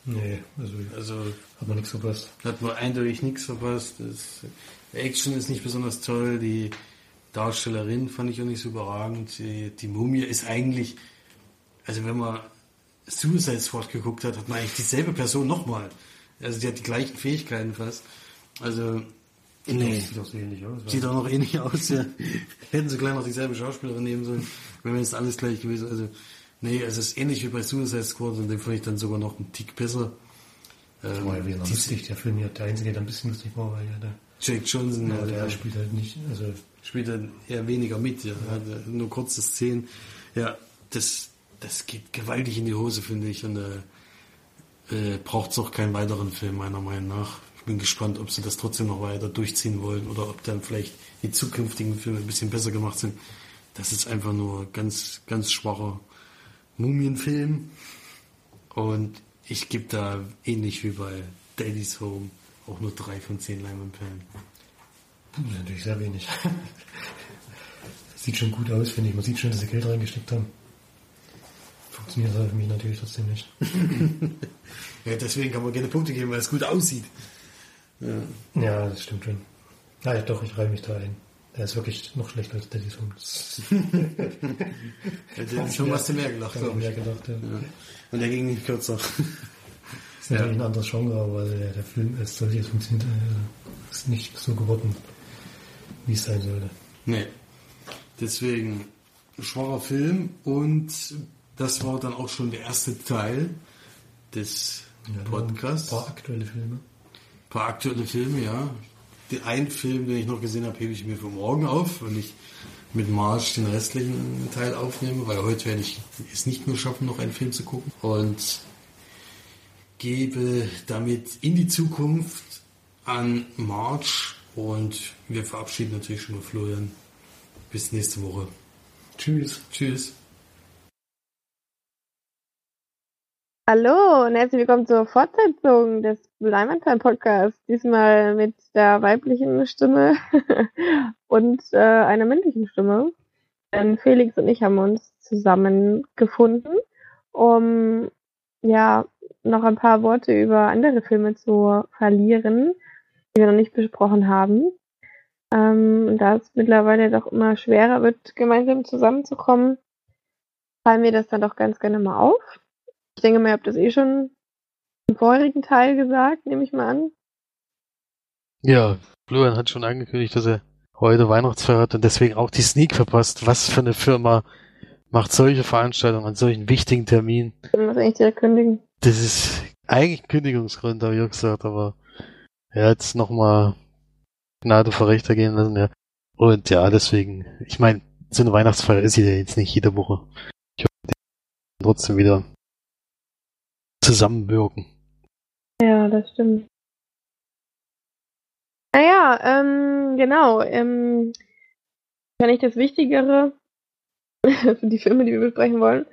Nee, also hat man nichts verpasst. Hat man eindeutig nichts verpasst. Die Action ist nicht besonders toll, die Darstellerin fand ich auch nicht so überragend. Die Mumie ist eigentlich, also wenn man Suicide Squad geguckt hat, hat man eigentlich dieselbe Person nochmal. Also die hat die gleichen Fähigkeiten fast. Also Sieht doch so ähnlich aus. Sieht auch noch ähnlich aus, ja. Hätten sie gleich noch dieselbe Schauspielerin nehmen sollen, wenn es alles gleich gewesen. Also es ist ähnlich wie bei Suicide Squad und den fand ich dann sogar noch einen Tick besser. Das war ja wieder lustig, der Film hier, der einzige, der ein bisschen lustig war, weil ja der Jake Johnson, der spielt halt nicht, also spielt dann eher weniger mit, ja. Hat nur kurze Szenen. Ja, das geht gewaltig in die Hose, finde ich, und braucht es auch keinen weiteren Film, meiner Meinung nach. Ich bin gespannt, ob sie das trotzdem noch weiter durchziehen wollen oder ob dann vielleicht die zukünftigen Filme ein bisschen besser gemacht sind. Das ist einfach nur ganz, ganz schwacher Mumienfilm. Und ich gebe da ähnlich wie bei Daddy's Home auch nur 3 von 10 Leinwandperlen. Das ist natürlich sehr wenig. Sieht schon gut aus, finde ich. Man sieht schon, dass sie Geld reingesteckt haben. Funktioniert das für mich natürlich trotzdem nicht. Ja, deswegen kann man gerne Punkte geben, weil es gut aussieht. Ja, das stimmt schon. Ja, doch, ich reihe mich da ein. Er ist wirklich noch schlechter als Daddy's Home. Daddy's Home hast du mehr gelacht, glaube ich. Mehr gedacht, ja. Und der ging nicht kürzer. Das ist natürlich ein anderes Genre, aber der Film als solches funktioniert, ist nicht so geworden, wie es sein sollte. Nee. Deswegen schwacher Film und das war dann auch schon der erste Teil des Podcasts. Ein paar aktuelle Filme. Ja. Den einen Film, den ich noch gesehen habe, hebe ich mir für morgen auf, wenn ich mit Marge den restlichen Teil aufnehme, weil heute werde ich es nicht mehr schaffen, noch einen Film zu gucken. Und gebe damit in die Zukunft an Marge und wir verabschieden natürlich schon mal Florian. Bis nächste Woche. Tschüss. Tschüss. Hallo und herzlich willkommen zur Fortsetzung des Leinwandperlen-Podcasts. Diesmal mit der weiblichen Stimme und einer männlichen Stimme. Denn Felix und ich haben uns zusammengefunden, um noch ein paar Worte über andere Filme zu verlieren, die wir noch nicht besprochen haben. Da es mittlerweile doch immer schwerer wird, gemeinsam zusammenzukommen, fallen wir das dann doch ganz gerne mal auf. Ich denke mal, ihr habt das schon im vorigen Teil gesagt, nehme ich mal an. Ja, Florian hat schon angekündigt, dass er heute Weihnachtsfeier hat und deswegen auch die Sneak verpasst. Was für eine Firma macht solche Veranstaltungen an solchen wichtigen Terminen? Ich muss eigentlich direkt kündigen. Das ist eigentlich ein Kündigungsgrund, habe ich auch gesagt, aber er hat es nochmal Gnade vor Rechter gehen lassen, ja. Und ja, deswegen, ich meine, so eine Weihnachtsfeier ist ja jetzt nicht jede Woche. Ich hoffe, die trotzdem wieder zusammenwirken. Ja, das stimmt. Naja, genau. Wahrscheinlich das Wichtigere für die Filme, die wir besprechen wollen.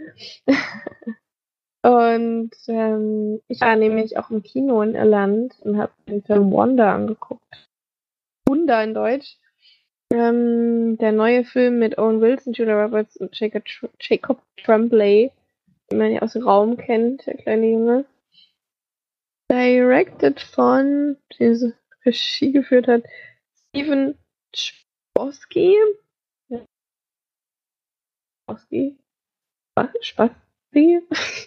Und ich war nämlich auch im Kino in Irland und habe den Film Wonder angeguckt. Wunder in Deutsch. Der neue Film mit Owen Wilson, Julia Roberts und Jacob Tremblay, den man ja aus dem Raum kennt, der kleine Junge. Directed von, diese Regie geführt hat, Steven Chbosky. Spasti?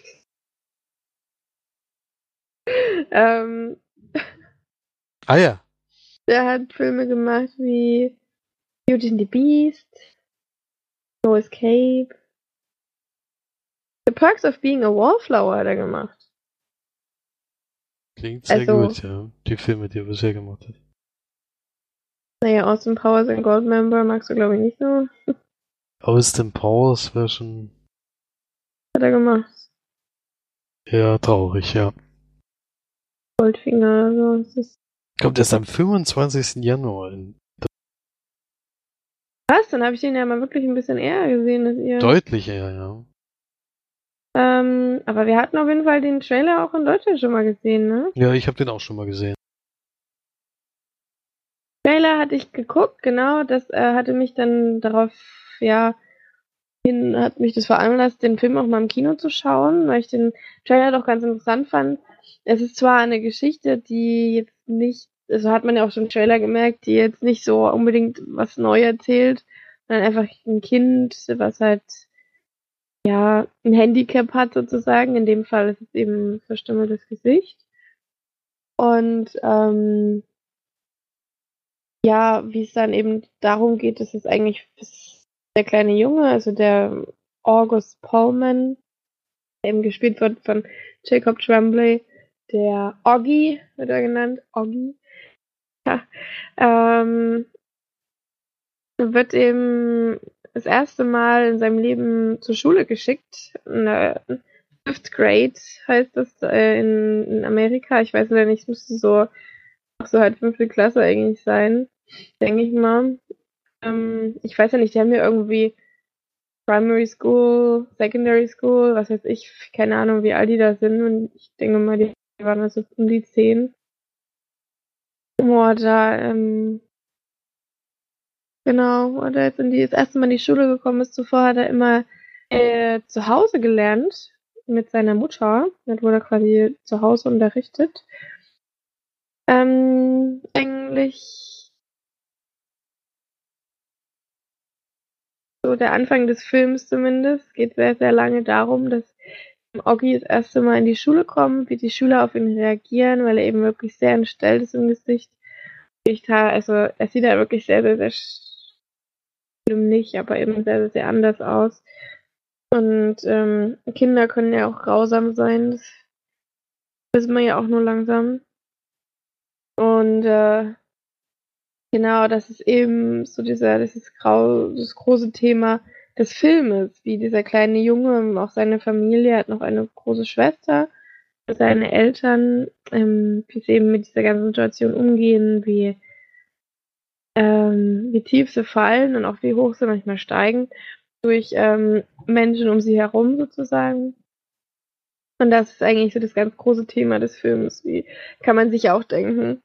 Ah ja. Der hat Filme gemacht wie Beauty and the Beast, No Escape. The Perks of Being a Wallflower hat er gemacht. Klingt sehr gut, ja. Die Filme, die er bisher gemacht hat. Naja, Austin Powers and Goldmember magst du, glaube ich, nicht so. Austin Powers wäre schon Hat er gemacht. eher traurig, ja. Goldfinger oder so. Kommt erst am 25. Januar in Was? Dann habe ich den ja mal wirklich ein bisschen eher gesehen als ihr. deutlich eher, ja. Aber wir hatten auf jeden Fall den Trailer auch in Deutschland schon mal gesehen, ne? Ja, ich habe den auch schon mal gesehen. Trailer hatte ich geguckt, genau. Das hatte mich dann darauf, hat mich das veranlasst, den Film auch mal im Kino zu schauen, weil ich den Trailer doch ganz interessant fand. es ist zwar eine Geschichte, die jetzt nicht, also hat man ja auch schon im Trailer gemerkt, die jetzt nicht so unbedingt was neu erzählt, sondern einfach ein Kind, was halt ja ein Handicap hat sozusagen. In dem Fall ist es eben ein verstümmeltes Gesicht. Und ja, wie es dann eben darum geht, dass es eigentlich der kleine Junge, also der August Pullman, der eben gespielt wird von Jacob Tremblay, der Oggy, wird er genannt, Oggy, ja, wird eben das erste Mal in seinem Leben zur Schule geschickt. In der Fifth Grade heißt das in Amerika. Ich weiß leider nicht, es müsste so halt 5. Klasse eigentlich sein, denke ich mal. Ich weiß ja nicht, die haben ja irgendwie Primary School, Secondary School, was weiß ich, keine Ahnung, wie alt die da sind. Und ich denke mal, die waren also um die 10. Oder, genau, oder jetzt das erste Mal in die Schule gekommen ist. Zuvor hat er immer zu Hause gelernt mit seiner Mutter. Dann wurde er quasi zu Hause unterrichtet. Eigentlich so der Anfang des Films zumindest geht sehr, sehr lange darum, dass Oggy das erste Mal in die Schule kommt, wie die Schüler auf ihn reagieren, weil er eben wirklich sehr entstellt ist im Gesicht. Also er sieht halt wirklich sehr, sehr, sehr schlimm nicht, aber eben sehr, sehr, sehr anders aus. Und Kinder können ja auch grausam sein, das wissen wir ja auch nur langsam. Und genau, das ist eben so das große Thema des Filmes, wie dieser kleine Junge, auch seine Familie hat noch eine große Schwester, seine Eltern, wie sie eben mit dieser ganzen Situation umgehen, wie tief sie fallen und auch wie hoch sie manchmal steigen durch Menschen um sie herum sozusagen. Und das ist eigentlich so das ganz große Thema des Films. Wie kann man sich auch denken,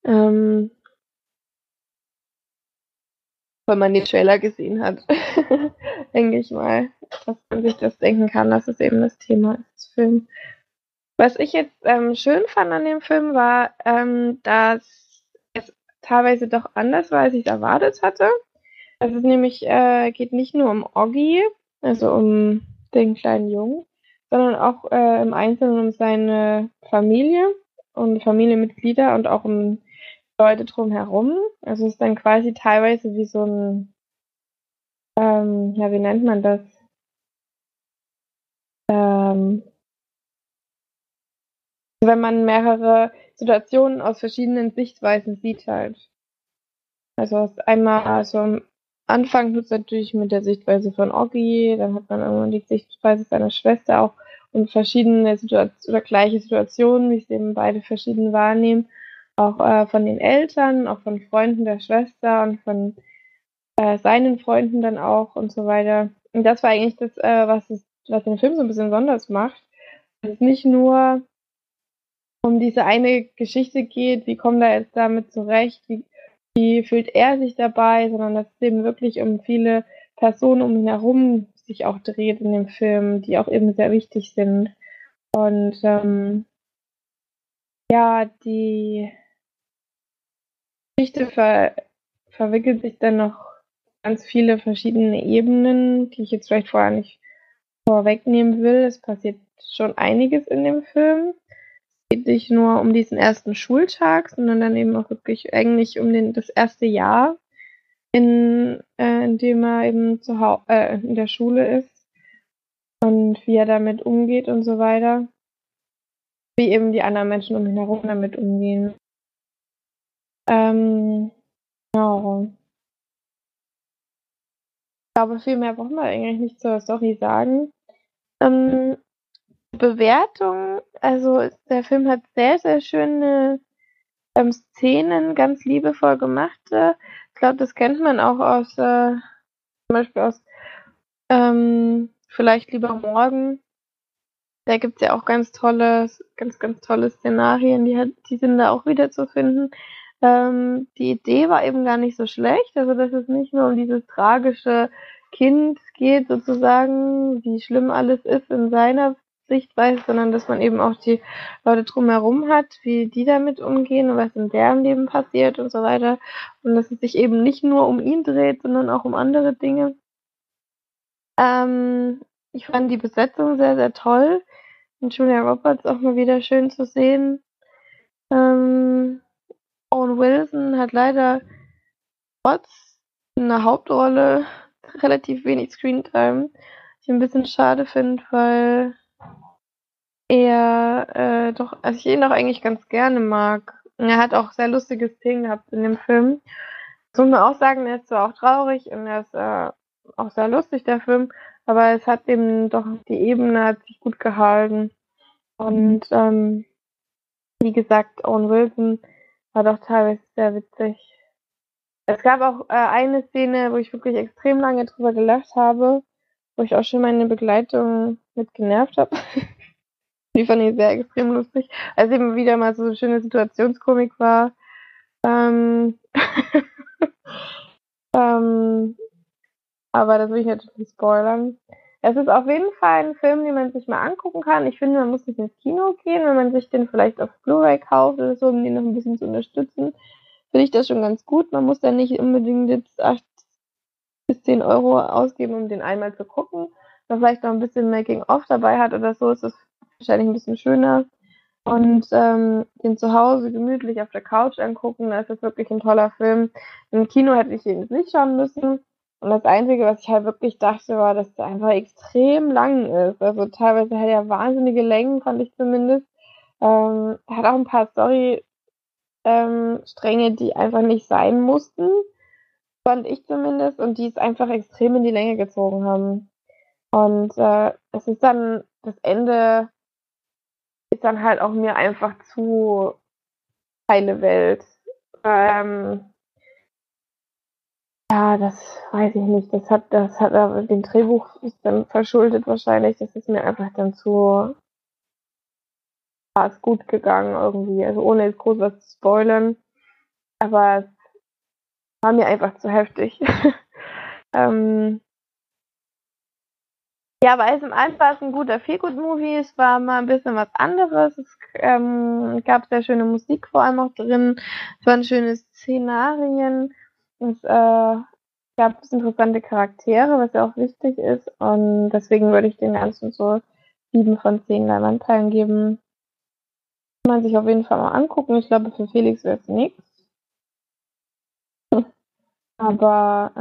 weil man den Trailer gesehen hat, denke ich mal, dass man sich das denken kann, dass es eben das Thema ist des Films. Was ich jetzt schön fand an dem Film war, dass es teilweise doch anders war, als ich es erwartet hatte. Also es nämlich geht nicht nur um Oggy, also um den kleinen Jungen, sondern auch im Einzelnen um seine Familie und Familienmitglieder und auch um Leute drumherum. Also es ist dann quasi teilweise wie so ein, ja, wie nennt man das? Wenn man mehrere Situationen aus verschiedenen Sichtweisen sieht halt. Also einmal, also am Anfang tut es natürlich mit der Sichtweise von Oggy, dann hat man irgendwann die Sichtweise seiner Schwester auch und verschiedene oder gleiche Situationen, wie es eben beide verschieden wahrnehmen. Auch von den Eltern, auch von Freunden der Schwester und von seinen Freunden dann auch und so weiter. Und das war eigentlich das, was den Film so ein bisschen besonders macht. Dass es nicht nur um diese eine Geschichte geht, wie kommt er jetzt damit zurecht, wie fühlt er sich dabei, sondern dass es eben wirklich um viele Personen um ihn herum sich auch dreht in dem Film, die auch eben sehr wichtig sind. Und ja, die Geschichte verwickelt sich dann noch ganz viele verschiedene Ebenen, die ich jetzt vielleicht vorher nicht vorwegnehmen will. Es passiert schon einiges in dem Film. Es geht nicht nur um diesen ersten Schultag, sondern dann eben auch wirklich eigentlich um das erste Jahr, in dem er eben in der Schule ist und wie er damit umgeht und so weiter. Wie eben die anderen Menschen um ihn herum damit umgehen. Ja. Ich glaube, viel mehr brauchen wir eigentlich nicht zur Story sagen. Bewertung, also der Film hat sehr, sehr schöne Szenen, ganz liebevoll gemachte. Ich glaube, das kennt man auch aus, zum Beispiel aus Vielleicht lieber morgen. Da gibt es ja auch ganz tolle Szenarien, die sind da auch wieder zu finden. Die Idee war eben gar nicht so schlecht, also dass es nicht nur um dieses tragische Kind geht, sozusagen, wie schlimm alles ist in seiner Sichtweise, sondern dass man eben auch die Leute drumherum hat, wie die damit umgehen und was in deren Leben passiert und so weiter. Und dass es sich eben nicht nur um ihn dreht, sondern auch um andere Dinge. Ich fand die Besetzung sehr, sehr toll. Und Julia Roberts auch mal wieder schön zu sehen. Owen Wilson hat leider trotz einer Hauptrolle relativ wenig Screentime. Was ich ein bisschen schade finde, weil also ich ihn auch eigentlich ganz gerne mag. Und er hat auch sehr lustige Szenen gehabt in dem Film. Das muss man auch sagen, er ist zwar auch traurig und er ist auch sehr lustig, der Film, aber es hat eben doch, die Ebene hat sich gut gehalten. Und wie gesagt, Owen Wilson war doch teilweise sehr witzig. Es gab auch eine Szene, wo ich wirklich extrem lange drüber gelacht habe, wo ich auch schon meine Begleitung mit genervt habe. Die fand ich sehr extrem lustig. Also eben wieder mal so eine schöne Situationskomik war. Aber das will ich natürlich nicht spoilern. Es ist auf jeden Fall ein Film, den man sich mal angucken kann. Ich finde, man muss nicht ins Kino gehen, wenn man sich den vielleicht auf Blu-ray kauft oder so, um den noch ein bisschen zu unterstützen. Finde ich das schon ganz gut. Man muss dann nicht unbedingt jetzt 8 bis 10 Euro ausgeben, um den einmal zu gucken. Wenn man vielleicht noch ein bisschen Making-of dabei hat oder so, ist das wahrscheinlich ein bisschen schöner. Und den zu Hause gemütlich auf der Couch angucken, da ist das wirklich ein toller Film. Im Kino hätte ich den jetzt nicht schauen müssen. Und das Einzige, was ich halt wirklich dachte, war, dass der einfach extrem lang ist. Also teilweise hat er wahnsinnige Längen, fand ich zumindest. Er hat auch ein paar Story-Stränge, die einfach nicht sein mussten, fand ich zumindest. Und die es einfach extrem in die Länge gezogen haben. Und es ist dann, das Ende ist dann halt auch mir einfach zu heile Welt. Ja, das weiß ich nicht. Das hat aber dem Drehbuch ist dann verschuldet wahrscheinlich. Das ist mir einfach dann zu fast gut gegangen irgendwie. Also ohne jetzt groß was zu spoilern. Aber es war mir einfach zu heftig. Ja, aber im Allen war es ein guter Feel-Good-Movie. Es war mal ein bisschen was anderes. Es gab sehr schöne Musik vor allem auch drin. Es waren schöne Szenarien. Es gab interessante Charaktere, was ja auch wichtig ist. Und deswegen würde ich den Ganzen so 7 von 10 Leinwandperlen geben. Kann man sich auf jeden Fall mal angucken. Ich glaube, für Felix wäre es nichts. Aber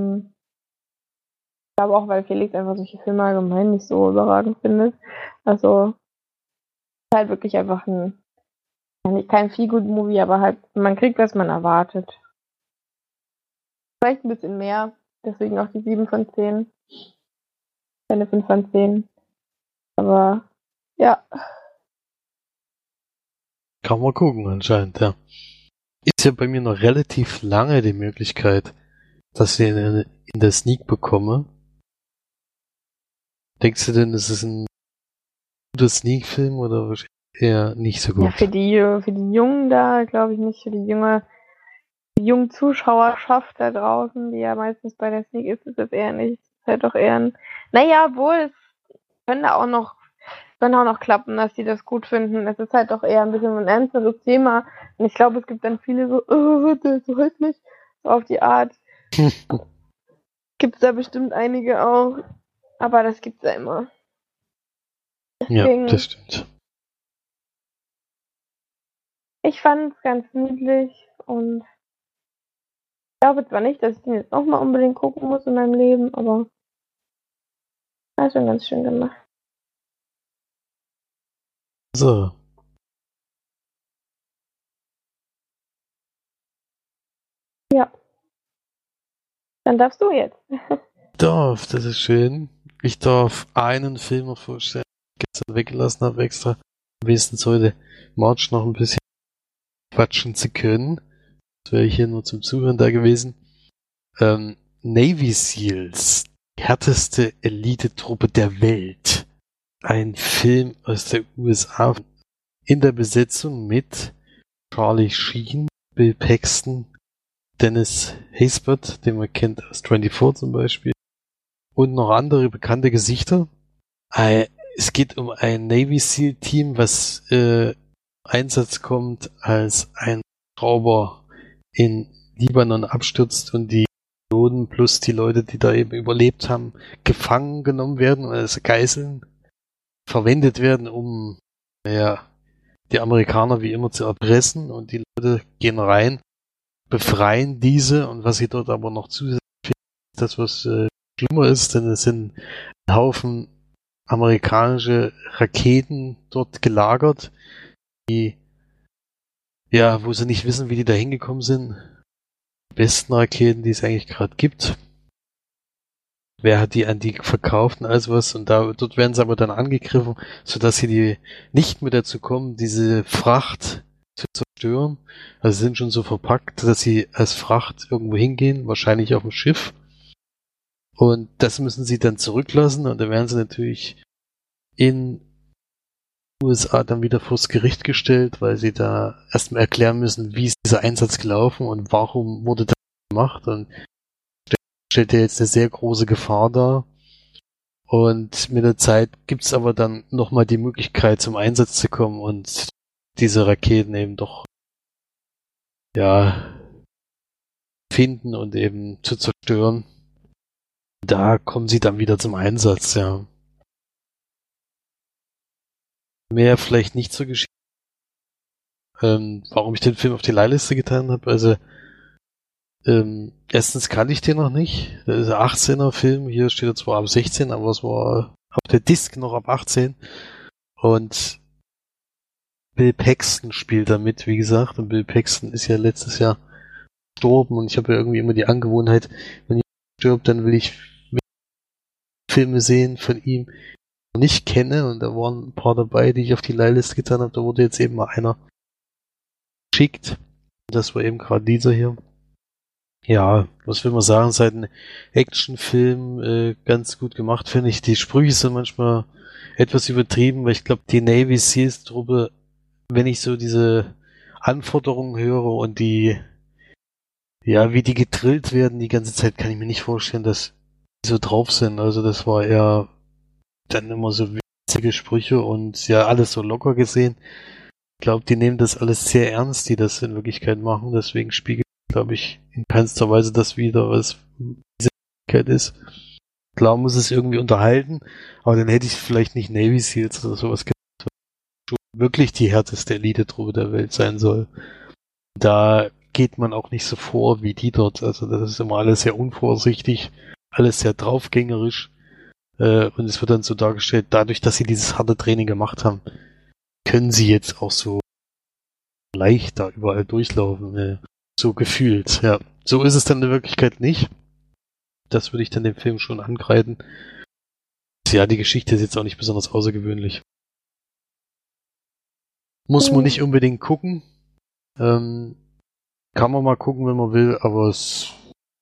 ich glaube auch, weil Felix einfach solche Filme allgemein nicht so überragend findet. Also ist halt wirklich einfach kein Feel-Good-Movie, aber halt, man kriegt, was man erwartet. Vielleicht ein bisschen mehr, deswegen auch die 7 von 10. Keine 5 von 10. Aber ja. Kann man gucken anscheinend, ja. Ist ja bei mir noch relativ lange die Möglichkeit, dass ich ihn in der Sneak bekomme. Denkst du denn, ist es ein guter Sneak-Film oder eher nicht so gut? Ja, für die Jungen da, glaube ich nicht. Für die jungen Zuschauerschaft da draußen, die ja meistens bei der Sneak ist das eher nicht. Das ist halt doch eher naja, wohl, es könnte auch noch klappen, dass die das gut finden. Es ist halt doch eher ein bisschen ein ernsteres Thema. Und ich glaube, es gibt dann viele so, das ist halt nicht so auf die Art. Gibt's da bestimmt einige auch. Aber das gibt's ja immer. Deswegen, ja, das stimmt. Ich fand es ganz niedlich und ich glaube zwar nicht, dass ich den jetzt nochmal unbedingt gucken muss in meinem Leben, aber das ist schon ganz schön gemacht. So. Ja. Dann darfst du jetzt. Das ist schön. Ich darf einen Film noch vorstellen, den ich gestern weggelassen habe extra. Wenigstens heute March noch ein bisschen quatschen zu können. Das wäre ich hier nur zum Zuhören da gewesen. Navy Seals, die härteste Elite-Truppe der Welt. Ein Film aus der USA in der Besetzung mit Charlie Sheen, Bill Paxton, Dennis Haysbert, den man kennt aus 24 zum Beispiel, und noch andere bekannte Gesichter. es geht um ein Navy SEAL Team, was Einsatz kommt, als ein Schrauber in Libanon abstürzt und die Piloten plus die Leute, die da eben überlebt haben, gefangen genommen werden und als Geiseln verwendet werden, um die Amerikaner wie immer zu erpressen, und die Leute gehen rein, befreien diese, und was sie dort aber noch zusätzlich finden, ist das, was schlimmer ist, denn es sind ein Haufen amerikanische Raketen dort gelagert, die, wo sie nicht wissen, wie die da hingekommen sind. Die besten Raketen, die es eigentlich gerade gibt. Wer hat die an die verkauft und alles was, und dort werden sie aber dann angegriffen, sodass sie die nicht mehr dazu kommen, diese Fracht zu zerstören. Also sie sind schon so verpackt, dass sie als Fracht irgendwo hingehen, wahrscheinlich auf dem Schiff. Und das müssen sie dann zurücklassen, und dann werden sie natürlich in USA dann wieder vors Gericht gestellt, weil sie da erstmal erklären müssen, wie ist dieser Einsatz gelaufen und warum wurde das gemacht, und stellt ja jetzt eine sehr große Gefahr dar. Und mit der Zeit gibt's aber dann nochmal die Möglichkeit, zum Einsatz zu kommen und diese Raketen eben doch finden und eben zu zerstören. Da kommen sie dann wieder zum Einsatz, ja. Mehr vielleicht nicht zur Geschichte. Warum ich den Film auf die Leihliste getan habe, also erstens kannte ich den noch nicht. Das ist ein 18er Film, hier steht er zwar ab 16, aber es war auf der Disc noch ab 18. Und Bill Paxton spielt da mit, wie gesagt, und Bill Paxton ist ja letztes Jahr gestorben, und ich habe ja irgendwie immer die Angewohnheit, wenn jemand stirbt, dann will ich Filme sehen von ihm, die ich noch nicht kenne, und da waren ein paar dabei, die ich auf die Leihliste getan habe. Da wurde jetzt eben mal einer geschickt. Das war eben gerade dieser hier. Ja, was will man sagen, seit ein Actionfilm ganz gut gemacht, finde ich. Die Sprüche sind manchmal etwas übertrieben, weil ich glaube, die Navy Seals Truppe, wenn ich so diese Anforderungen höre und wie die gedrillt werden die ganze Zeit, kann ich mir nicht vorstellen, dass die so drauf sind. Also das war eher dann immer so witzige Sprüche und ja, alles so locker gesehen. Ich glaube, die nehmen das alles sehr ernst, die das in Wirklichkeit machen. Deswegen spiegelt, glaube ich, in keinster Weise das wieder, was diese Wirklichkeit ist. Klar muss es irgendwie unterhalten, aber dann hätte ich vielleicht nicht Navy Seals oder sowas gedacht, was wirklich die härteste Elite-Truppe der Welt sein soll. Da geht man auch nicht so vor wie die dort. Also das ist immer alles sehr unvorsichtig, alles sehr draufgängerisch. Und es wird dann so dargestellt, dadurch, dass sie dieses harte Training gemacht haben, können sie jetzt auch so leicht da überall durchlaufen. So gefühlt, ja. So ist es dann in Wirklichkeit nicht. Das würde ich dann dem Film schon ankreiden. Ja, die Geschichte ist jetzt auch nicht besonders außergewöhnlich. Muss man nicht unbedingt gucken. Kann man mal gucken, wenn man will, aber es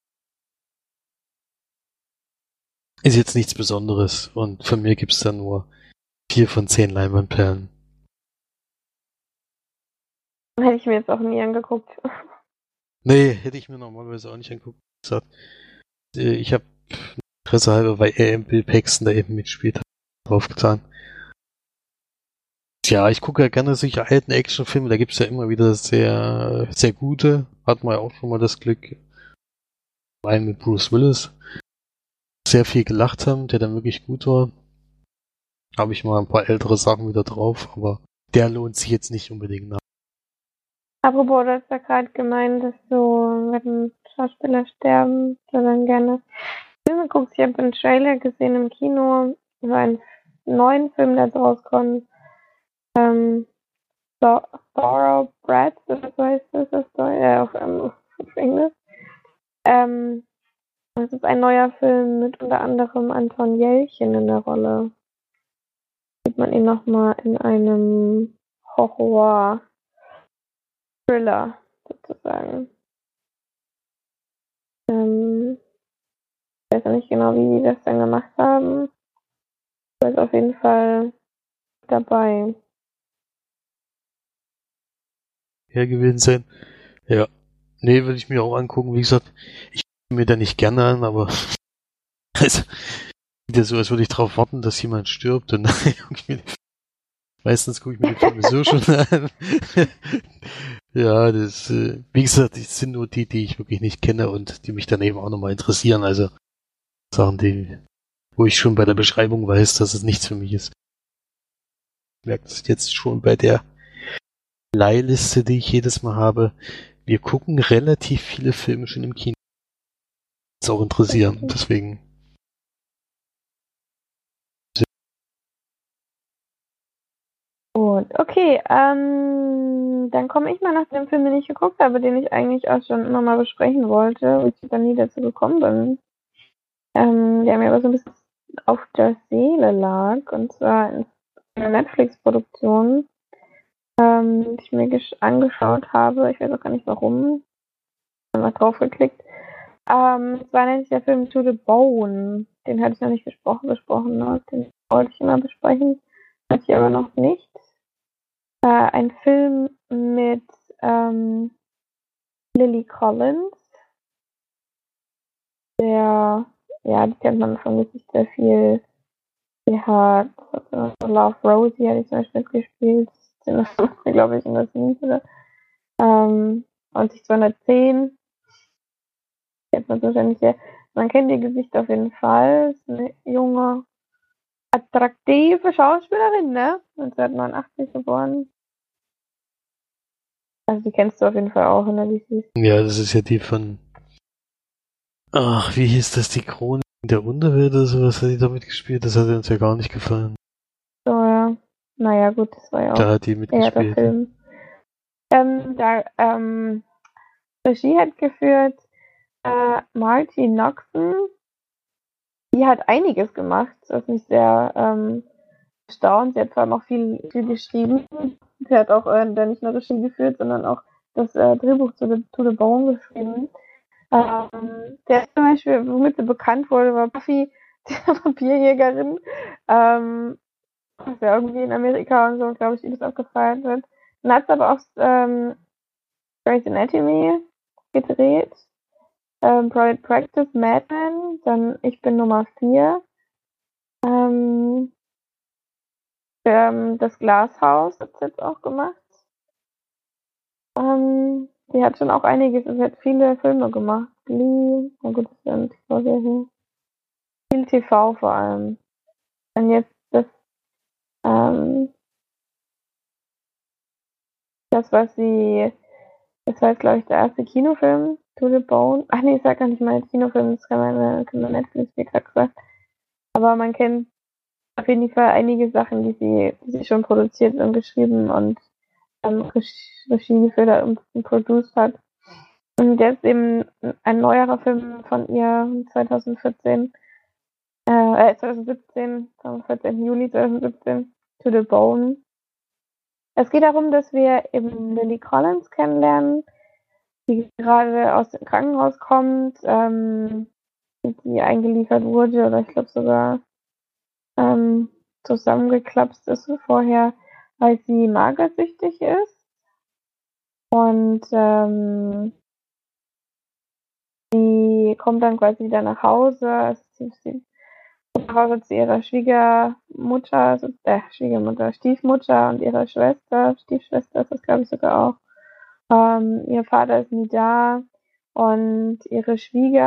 ist jetzt nichts Besonderes. Und von mir gibt's dann nur 4 von 10 Leinwandperlen. Hätte ich mir jetzt auch nie angeguckt. Nee, hätte ich mir normalerweise auch nicht angeguckt. Ich habe Interesse halber, weil er Bill Paxton da eben mitspielt, draufgetan. Ja, ich gucke ja gerne solche alten Actionfilme, da gibt's ja immer wieder sehr, sehr gute. Hatten wir ja auch schon mal das Glück. Einen mit Bruce Willis. Sehr viel gelacht haben, der dann wirklich gut war. Habe ich mal ein paar ältere Sachen wieder drauf, aber der lohnt sich jetzt nicht unbedingt nach. Apropos, du hast ja gerade gemeint, dass du, wenn Schauspieler sterben, du dann gerne Filme guckst. Ich habe einen Trailer gesehen im Kino über einen neuen Film, der jetzt rauskommt. Thoroughbreds, oder so heißt das auf Englisch. Es ist ein neuer Film mit unter anderem Anton Jelchin in der Rolle. Sieht man ihn nochmal in einem Horror-Thriller sozusagen. Ich weiß auch nicht genau, wie die das dann gemacht haben. Aber ist auf jeden Fall dabei. Ja, gewesen sein. Ja. Nee, würde ich mir auch angucken. Wie gesagt, ich gucke mir da nicht gerne an, aber also, Wieder so, als würde ich darauf warten, dass jemand stirbt und dann meistens gucke ich mir die Filme so schon an. Ja, das, wie gesagt, das sind nur die ich wirklich nicht kenne und die mich dann eben auch nochmal interessieren. Also Sachen, wo ich schon bei der Beschreibung weiß, dass es nichts für mich ist. Ich merke das jetzt schon bei der Leihliste, die ich jedes Mal habe. Wir gucken relativ viele Filme schon im Kino. Das ist auch interessieren, deswegen. Gut, okay, dann komme ich mal nach dem Film, den ich geguckt habe, den ich eigentlich auch schon immer mal besprechen wollte, wo ich dann nie dazu gekommen bin. Der mir aber so ein bisschen auf der Seele lag, und zwar in einer Netflix-Produktion, die ich mir angeschaut habe. Ich weiß auch gar nicht warum. Mal draufgeklickt. Zwar nennt sich der Film To the Bone. Den hatte ich noch nicht besprochen, ne? Den wollte ich immer besprechen. Hatte ich aber noch nicht. Ein Film mit Lily Collins. Die kennt man von wirklich sehr viel. Sie hat Love Rosie, hatte ich zum Beispiel mitgespielt. Den macht sie, glaube ich, in das Lied, oder? 210. Kennt man wahrscheinlich ja. Man kennt ihr Gesicht auf jeden Fall. Ist eine junge, attraktive Schauspielerin, ne? 1989 geboren. Also die kennst du auf jeden Fall auch, ne? Die siehst. Ja, das ist ja die von. Ach, wie hieß das? Die Chronik der Unterwelt oder sowas hat die da mitgespielt? Das hat uns ja gar nicht gefallen. So, ja. Naja, gut, das war ja auch Da hat die mitgespielt. der Film. Regie hat geführt Marty Noxon. Die hat einiges gemacht, was mich sehr erstaunt. Sie hat vor allem auch viel geschrieben. Sie hat auch nicht nur Regie geführt, sondern auch das Drehbuch to the Bone geschrieben. Der zum Beispiel, womit sie bekannt wurde, war Buffy, die Vampirjägerin. Was ja irgendwie in Amerika und so, glaube ich, vieles abgefeiert wird. Dann hat sie aber auch Grey's Anatomy gedreht. Private Practice, Mad Men, dann Ich bin Nummer 4. Das Glashaus hat sie jetzt auch gemacht. Sie hat schon auch einiges, sie hat viele Filme gemacht. Glee, na gut, das ist ja ein TV-Serie. Viel TV vor allem. Und jetzt das war jetzt, glaube ich, der erste Kinofilm, To the Bone. Ach nee, ich sag gar nicht mal Kinofilm, das kann man Netflix, wie gerade gesagt. Aber man kennt auf jeden Fall einige Sachen, die sie schon produziert und geschrieben und Regie geführt hat und produced hat. Und jetzt eben ein neuerer Film von ihr 2017, am 14. Juli 2017, To the Bone. Es geht darum, dass wir eben Lily Collins kennenlernen, die gerade aus dem Krankenhaus kommt, die eingeliefert wurde, oder ich glaube sogar zusammengeklapst ist vorher, weil sie magersüchtig ist. Und sie kommt dann quasi wieder nach Hause. Sie kommt nach Hause zu ihrer Stiefmutter und ihrer Stiefschwester ist das, glaube ich, sogar auch. Ihr Vater ist nie da und ihre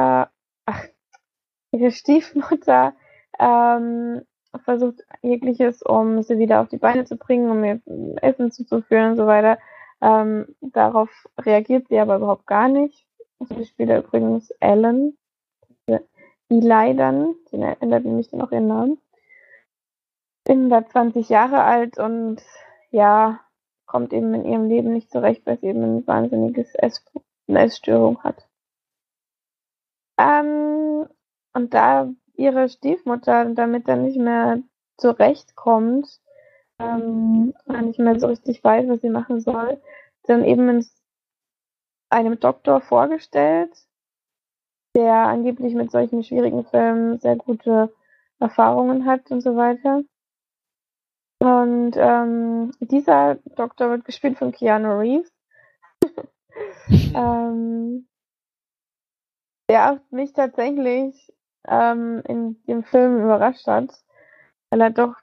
Stiefmutter versucht jegliches, um sie wieder auf die Beine zu bringen, um ihr Essen zuzuführen und so weiter. Darauf reagiert sie aber überhaupt gar nicht. Also die spielt übrigens Ellen. Eli dann, sie ändert nämlich dann auch ihren Namen. Bin da 20 Jahre alt und ja, kommt eben in ihrem Leben nicht zurecht, weil sie eben ein wahnsinniges eine Essstörung hat. Und da ihre Stiefmutter damit dann nicht mehr zurechtkommt, und nicht mehr so richtig weiß, was sie machen soll, dann eben einem Doktor vorgestellt, der angeblich mit solchen schwierigen Filmen sehr gute Erfahrungen hat und so weiter. Und dieser Doktor wird gespielt von Keanu Reeves. Der mich tatsächlich in dem Film überrascht hat, weil er doch,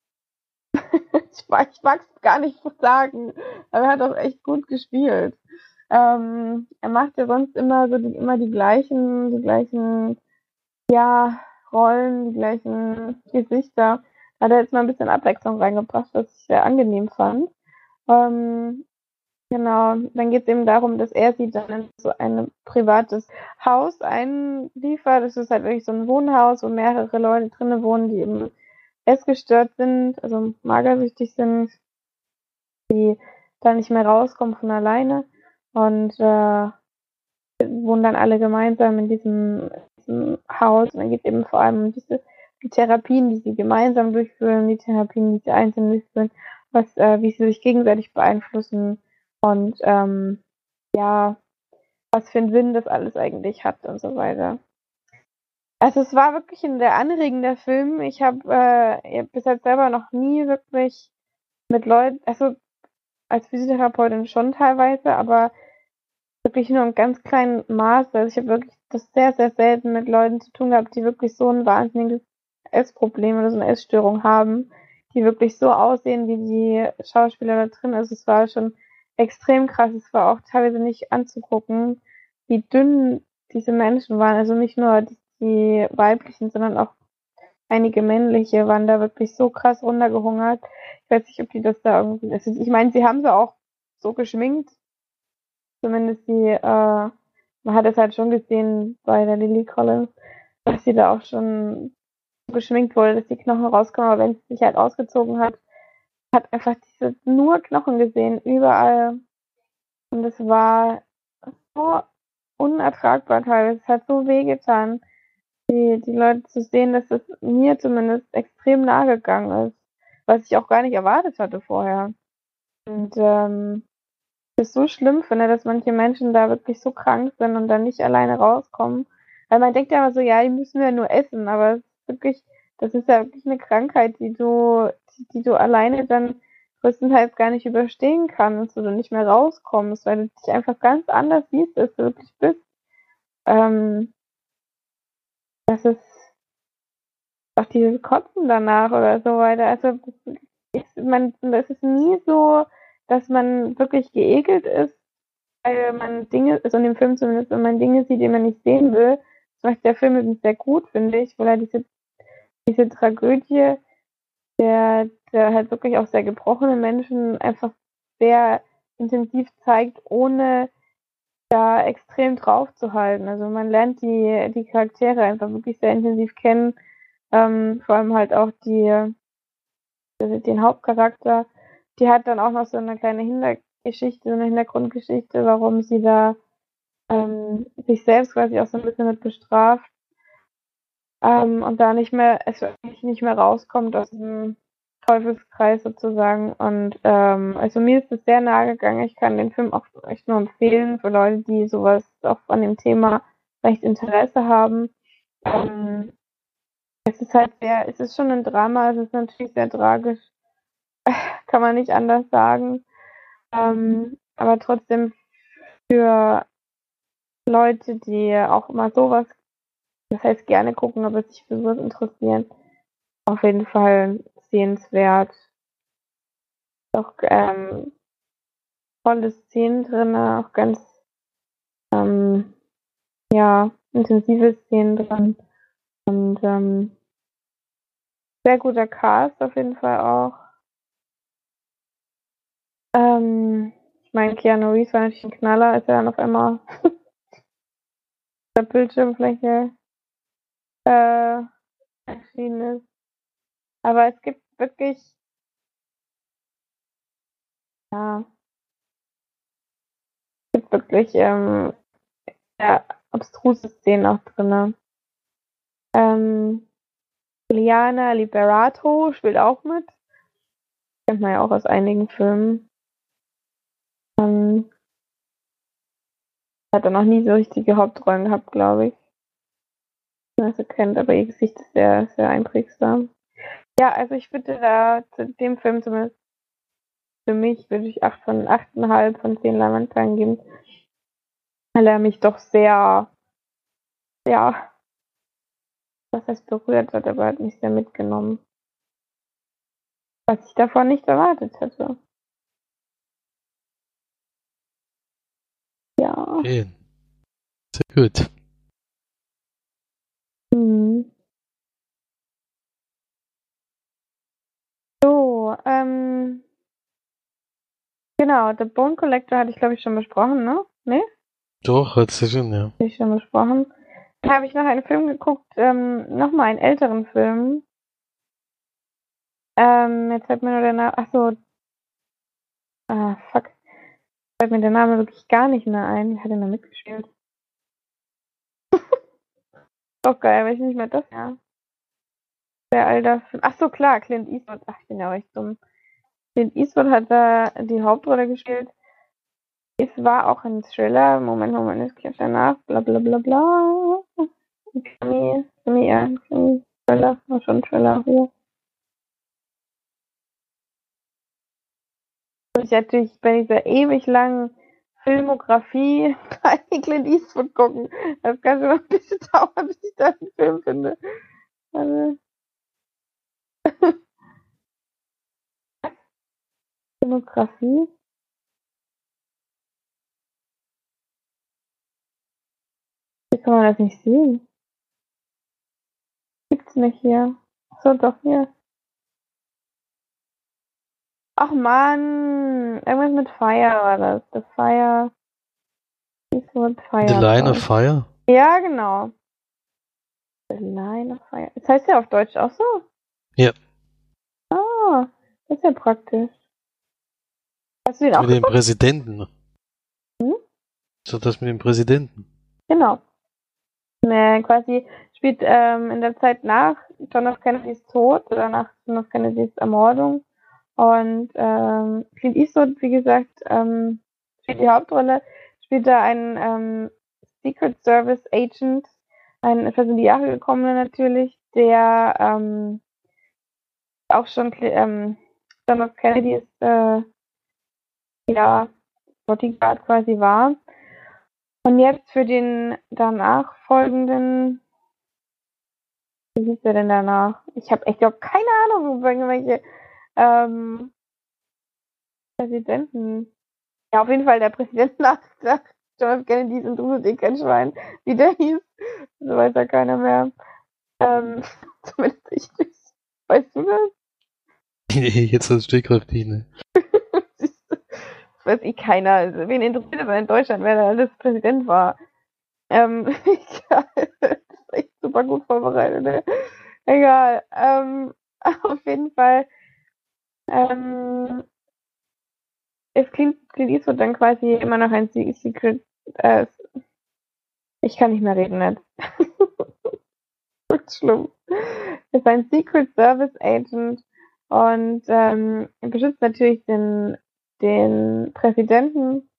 ich mag es gar nicht sagen, aber er hat auch echt gut gespielt. Er macht ja sonst immer so immer die gleichen, ja, Rollen, die gleichen Gesichter. Hat er jetzt mal ein bisschen Abwechslung reingebracht, was ich sehr angenehm fand. Ähm, genau, dann geht es eben darum, dass er sie dann in so ein privates Haus einliefert. Das ist halt wirklich so ein Wohnhaus, wo mehrere Leute drinnen wohnen, die eben essgestört sind, also magersüchtig sind, die dann nicht mehr rauskommen von alleine und wohnen dann alle gemeinsam in diesem Haus. Und dann geht es eben vor allem um die Therapien, die sie gemeinsam durchführen, die Therapien, die sie einzeln durchführen, wie sie sich gegenseitig beeinflussen und ja, was für einen Sinn das alles eigentlich hat und so weiter. Also es war wirklich ein sehr anregender Film. Ich habe bis jetzt selber noch nie wirklich mit Leuten, also als Physiotherapeutin schon teilweise, aber wirklich nur im ganz kleinen Maße. Also ich habe wirklich das sehr, sehr selten mit Leuten zu tun gehabt, die wirklich so ein wahnsinniges Essproblem oder so eine Essstörung haben, die wirklich so aussehen wie die Schauspieler da drin. Also es war schon extrem krass. Es war auch teilweise nicht anzugucken, wie dünn diese Menschen waren. Also nicht nur die weiblichen, sondern auch einige männliche waren da wirklich so krass runtergehungert. Ich weiß nicht, ob die das da irgendwie. Also ich meine, sie haben sie auch so geschminkt, zumindest man hat es halt schon gesehen bei der Lily Collins, dass sie da auch schon so geschminkt wurde, dass die Knochen rauskommen, aber wenn sie sich halt ausgezogen hat einfach nur Knochen gesehen, überall. Und es war so unertragbar teilweise. Es hat so wehgetan, die Leute zu sehen, dass es mir zumindest extrem nahe gegangen ist, was ich auch gar nicht erwartet hatte vorher. Und es so schlimm finde, dass manche Menschen da wirklich so krank sind und dann nicht alleine rauskommen. Weil man denkt ja immer so, ja, die müssen ja nur essen, aber es ist wirklich, das ist ja wirklich eine Krankheit, die du alleine dann größtenteils gar nicht überstehen kannst oder nicht mehr rauskommst, weil du dich einfach ganz anders siehst, als du wirklich bist. Ähm, Das ist auch dieses Kotzen danach oder so weiter. Also das ist nie so, dass man wirklich geekelt ist, weil man Dinge, also in dem Film zumindest, wenn man Dinge sieht, die man nicht sehen will. Das macht der Film übrigens sehr gut, finde ich, weil er diese Tragödie der halt wirklich auch sehr gebrochene Menschen einfach sehr intensiv zeigt, ohne da extrem drauf zu halten. Also man lernt die Charaktere einfach wirklich sehr intensiv kennen, vor allem halt auch den Hauptcharakter. Die hat dann auch noch so eine kleine Hintergeschichte, so eine Hintergrundgeschichte, warum sie da sich selbst quasi auch so ein bisschen mit bestraft und da es wirklich nicht mehr rauskommt aus dem Teufelskreis sozusagen. Und also mir ist es sehr nahe gegangen. Ich kann den Film auch echt nur empfehlen für Leute, die sowas auch an dem Thema recht Interesse haben. Es ist schon ein Drama, es ist natürlich sehr tragisch, kann man nicht anders sagen. Aber trotzdem für Leute, die auch immer sowas, das heißt gerne gucken, aber sich für sowas interessieren, auf jeden Fall sehenswert. Auch tolle Szenen drin, auch ganz ja, intensive Szenen drin. Und sehr guter Cast auf jeden Fall auch. Ich meine, Keanu Reeves war natürlich ein Knaller, als er dann auf einmal der Bildschirmfläche erschienen ist. Aber es gibt wirklich, ja, ja, abstruse Szenen auch drin. Liana Liberato spielt auch mit. Kennt man ja auch aus einigen Filmen. Hat er noch nie so richtige Hauptrollen gehabt, glaube ich. Also kennt, aber ihr Gesicht ist sehr, sehr einprägsam. Ja, also ich würde da zu dem Film zumindest für mich würde ich 8,5 von 10 Leinwandperlen geben, weil er mich doch sehr, ja, was heißt berührt hat, aber hat mich sehr mitgenommen. Was ich davon nicht erwartet hätte. Ja. Okay. Sehr gut. Hm. So, genau, The Bone Collector hatte ich, glaube ich, schon besprochen, ne? Ne? Doch, hat sie schon, ja. Hatte ich schon besprochen. Dann habe ich noch einen Film geguckt, nochmal einen älteren Film. Jetzt fällt mir nur der Name, achso, fuck. Fällt mir der Name wirklich gar nicht mehr ein. Wer hat denn da mitgespielt? Oh geil, weiß ich nicht mehr das, ja. Der alter Film. Ach so, klar, Clint Eastwood. Ach, ich bin ja auch echt dumm. Clint Eastwood hat da die Hauptrolle gespielt. Es war auch ein Thriller. Moment, es klärt danach. Bla bla bla bla. Krimi, Thriller. War schon ein Thriller hier. Und ich natürlich bei dieser ewig langen Filmografie keine Clint Eastwood gucken. Das kann schon ein bisschen dauern, bis ich da einen Film finde. Also, Filmografie? Wie kann man das nicht sehen? Gibt's nicht hier. So, doch hier. Ach man, irgendwas mit Fire war das. The Fire. Eastwood Fire. The Line of Fire? Ja, genau. The Line of Fire. Das heißt ja auf Deutsch auch so? Ja. Ah, das ist ja praktisch. Hast du den auch Mit dem geguckt? Präsidenten. Hm? So das mit dem Präsidenten. Genau. Quasi spielt in der Zeit nach John F. Kennedys Tod oder nach John F. Kennedys Ermordung. Und Clint Eastwood, wie gesagt, spielt die Hauptrolle, spielt da einen Secret Service Agent, ein etwas in die Jahre gekommener natürlich, der auch schon John F. Kennedys Bodyguard quasi war. Und jetzt für den danach folgenden, wie hieß der denn danach? Ich habe echt überhaupt keine Ahnung über irgendwelche Präsidenten. Ja, auf jeden Fall der Präsident nach John F. Kennedy und du eh kein Schwein, wie der hieß. So weiß ja keiner mehr. Zumindest ich nicht. Weißt du das? Nee, jetzt das Stegreif nicht, ne? Das weiß eh keiner. Also, wen interessiert aber in Deutschland, wer da alles Präsident war? Egal. Das ist echt super gut vorbereitet, ne? Egal. Auf jeden Fall ist Clint Eastwood dann quasi immer noch ein Secret. Ich kann nicht mehr reden jetzt. Ist schlimm. Ist ein Secret Service Agent und beschützt natürlich den Präsidenten,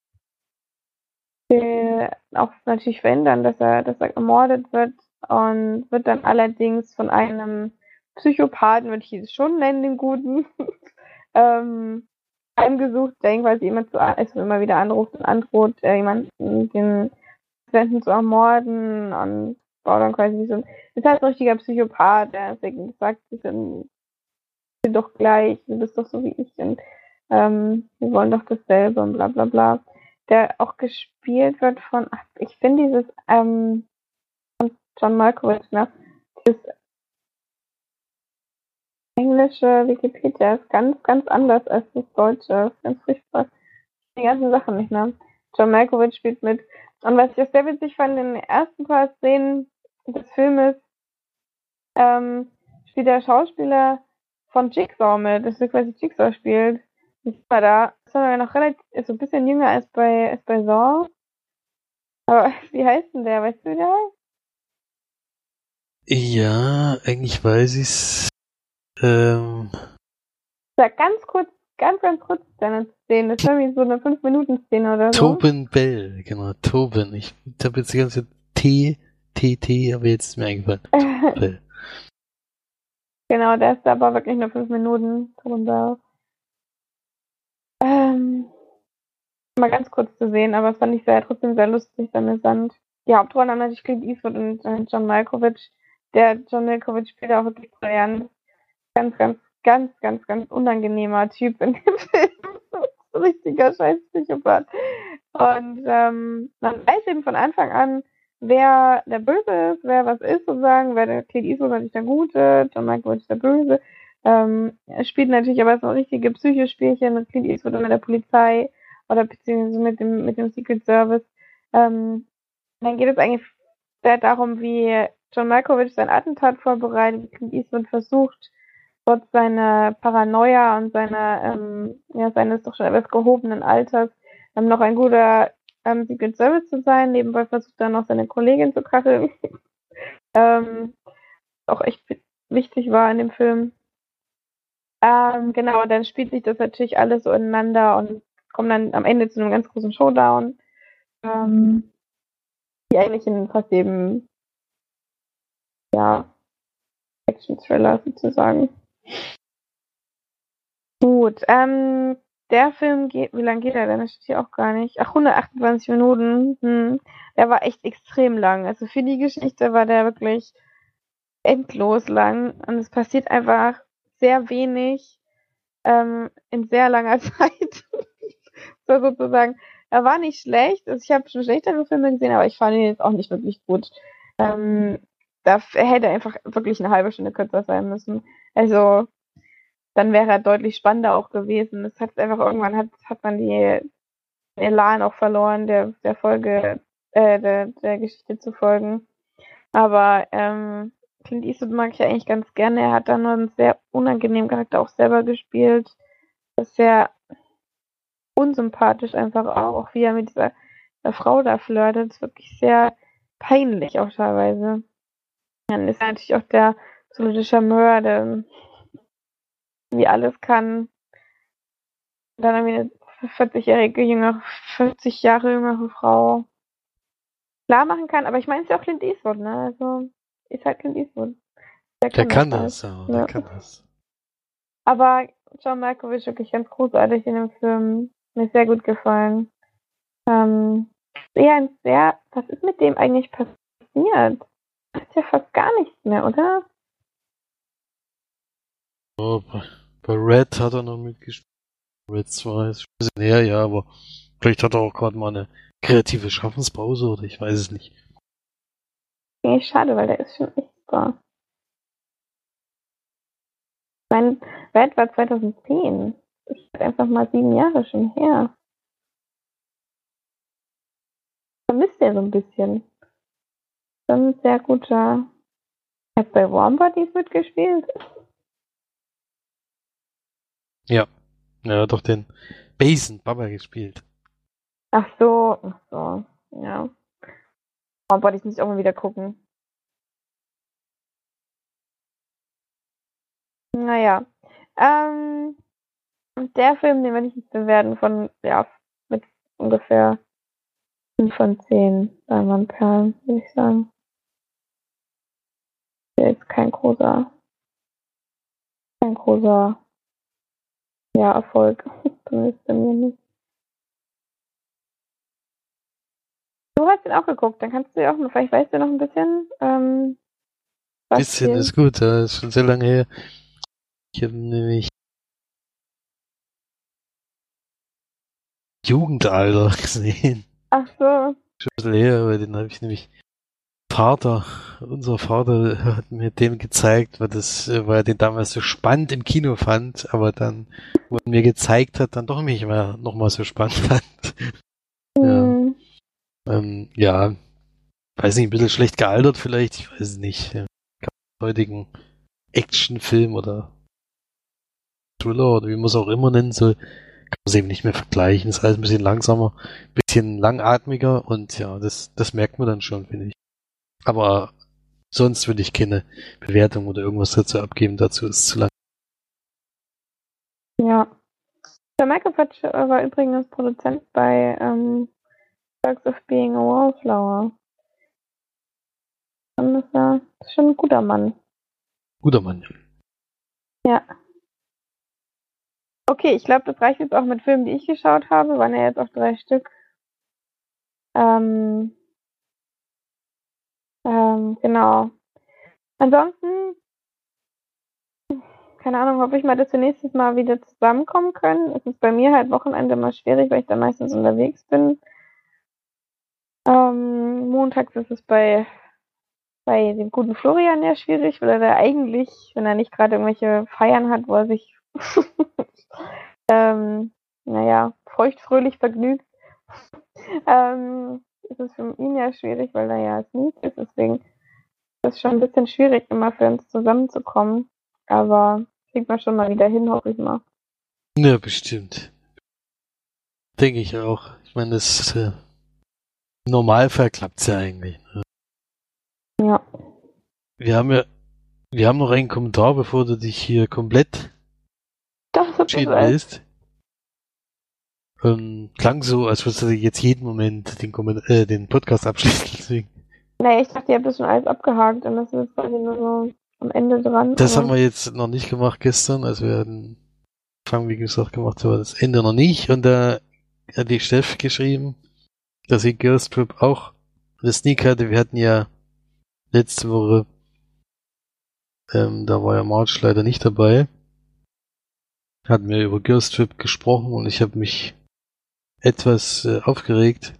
will auch natürlich verhindern, dass er ermordet wird und wird dann allerdings von einem Psychopathen, würde ich es schon nennen, den Guten, heimgesucht, der ihn quasi immer wieder anruft und androht, jemanden, den Präsidenten zu ermorden und baut dann quasi so ein. Ist halt ein richtiger Psychopath, der deswegen sagt, wir sind doch gleich, du bist doch so wie ich und wir wollen doch dasselbe und bla bla bla. Der auch gespielt wird von, ich finde dieses von John Malkovich, ne? Dieses englische Wikipedia ist ganz, ganz anders als das deutsche. Das ist ganz furchtbar. Die ganzen Sachen nicht, ne? John Malkovich spielt mit. Und was ich auch sehr witzig fand, in den ersten paar Szenen des Filmes spielt der Schauspieler von Jigsaw mit, das ist quasi Jigsaw spielt. Ich war da, ist aber noch relativ, ist so ein bisschen jünger als bei Saw. Aber wie heißt denn der? Weißt du, wie der heißt? Ja, eigentlich weiß ich's. Sag ganz kurz deine Szene. Das ist irgendwie so eine 5-Minuten-Szene oder so. Tobin Bell, genau, Tobin. Ich habe jetzt die ganze T, aber jetzt ist mir eingefallen. Bell. Genau, der ist aber wirklich nur 5 Minuten. Tobin Bell. Mal ganz kurz zu sehen, aber es fand ich trotzdem sehr lustig, sehr amüsant. Die Hauptrollen haben natürlich Clint Eastwood und John Malkovich. der John Malkovich spielt auch wirklich brillant. Ganz, ganz, ganz, ganz, ganz unangenehmer Typ in dem Film. So ein richtiger Scheiß-Psychopath. Und man weiß eben von Anfang an, wer der Böse ist, wer was ist sozusagen, wer der Clint Eastwood natürlich der Gute, John Malkovich der Böse. Er spielt natürlich aber so richtige Psychospielchen mit Clint Eastwood und mit der Polizei oder beziehungsweise mit dem Secret Service. Dann geht es eigentlich sehr darum, wie John Malkovich sein Attentat vorbereitet, wie Clint Eastwood versucht, trotz seiner Paranoia und seines doch schon etwas gehobenen Alters noch ein guter Secret Service zu sein. Nebenbei versucht er noch seine Kollegin zu kacheln. Auch echt wichtig war in dem Film. Genau, dann spielt sich das natürlich alles so ineinander und kommt dann am Ende zu einem ganz großen Showdown. Wie eigentlich in fast jedem Action-Thriller sozusagen. Gut, der Film geht, wie lang geht er denn? Das steht hier auch gar nicht. Ach, 128 Minuten. Der war echt extrem lang. Also für die Geschichte war der wirklich endlos lang. Und es passiert einfach sehr wenig in sehr langer Zeit. So sozusagen. Er war nicht schlecht. Also ich habe schon schlechtere Filme gesehen, aber ich fand ihn jetzt auch nicht wirklich gut. Da hätte einfach wirklich eine halbe Stunde kürzer sein müssen. Also dann wäre er deutlich spannender auch gewesen. Es hat einfach irgendwann hat man den Elan auch verloren, der Folge, der Geschichte zu folgen. Aber Clint Eastwood mag ich eigentlich ganz gerne. Er hat dann nur einen sehr unangenehmen Charakter auch selber gespielt. Das ist sehr unsympathisch einfach auch wie er mit dieser Frau da flirtet. Das ist wirklich sehr peinlich auch teilweise. Dann ist er natürlich auch der absolute Charmeur, der wie alles kann. Dann irgendwie eine 40 Jahre jüngere Frau klar machen kann. Aber ich meine, es ist ja auch Clint Eastwood, ne? Also, ist halt Clint Eastwood. Der kann das, halt. ja, der kann das. Aber John Malkovich wirklich ganz großartig in dem Film. Mir sehr gut gefallen. Was ist mit dem eigentlich passiert? Das ist ja fast gar nichts mehr, oder? Oh, bei Red hat er noch mitgespielt. Red 2 ist schon ein bisschen her, ja, aber vielleicht hat er auch gerade mal eine kreative Schaffenspause oder ich weiß es nicht. Nee, schade, weil der ist schon echt super. Mein Red war 2010. Das ist einfach mal 7 Jahre schon her. Vermisst ihr so ein bisschen. Schon ein sehr guter. Hat bei Warm Bodies mitgespielt? Ja, er hat doch den Basin Baba gespielt. Ach so, ja. Warm Bodies muss ich auch mal wieder gucken. Naja. Der Film, den werde ich jetzt bewerten mit ungefähr 5 von 10 Perlen, würde ich sagen. Der ist kein großer Erfolg. Zumindest bei mir nicht. Du hast den auch geguckt, dann kannst du ja auch noch, vielleicht weißt du noch ein bisschen, Bisschen ist gut, ja, ist schon sehr lange her. Ich habe nämlich Jugendalter gesehen. Ach so. Schon ein bisschen her, weil den habe ich nämlich unser Vater hat mir den gezeigt, weil er den damals so spannend im Kino fand, aber dann, wo er mir gezeigt hat, dann doch mich noch mal so spannend fand. Ja, weiß nicht, ein bisschen schlecht gealtert vielleicht, ich weiß es nicht. Ja. Heutigen Actionfilm oder Thriller oder wie man es auch immer nennen soll, kann man es eben nicht mehr vergleichen. Ist alles ein bisschen langsamer, ein bisschen langatmiger und ja, das merkt man dann schon, finde ich. Aber sonst würde ich keine Bewertung oder irgendwas dazu abgeben, dazu ist es zu lang. Ja. Der Malkovich war übrigens Produzent bei Perks of Being a Wallflower. Und das ist schon ein guter Mann. Guter Mann. Ja. Okay, ich glaube, das reicht jetzt auch mit Filmen, die ich geschaut habe. Waren ja jetzt auch 3 Stück. Genau. Ansonsten, keine Ahnung, hoffe ich mal, dass wir nächstes Mal wieder zusammenkommen können. Es ist bei mir halt Wochenende mal schwierig, weil ich da meistens unterwegs bin. Montags ist es bei dem guten Florian ja schwierig, weil er da eigentlich, wenn er nicht gerade irgendwelche Feiern hat, wo er sich feuchtfröhlich vergnügt, ist es für ihn ja schwierig, weil er ja Sneak ist. Deswegen ist es schon ein bisschen schwierig, immer für uns zusammenzukommen. Aber kriegt man schon mal wieder hin, hoffe ich mal. Ja, bestimmt. Denke ich auch. Ich meine, das im Normalfall klappt's ja eigentlich. Ne? Ja. Wir haben noch einen Kommentar, bevor du dich hier komplett entschieden willst. Klang so, als würdest du jetzt jeden Moment den Podcast abschließen. Deswegen. Naja, ich dachte, ihr habt das schon alles abgehakt und das ist jetzt quasi nur so am Ende dran. Das haben wir jetzt noch nicht gemacht gestern, also wir hatten Anfang, wie gesagt, gemacht, aber das Ende noch nicht. Und da hat die Steff geschrieben, dass sie Girls Trip auch eine Sneak hatte. Wir hatten ja letzte Woche, da war ja March leider nicht dabei, hatten wir über Girls Trip gesprochen und ich habe mich etwas aufgeregt.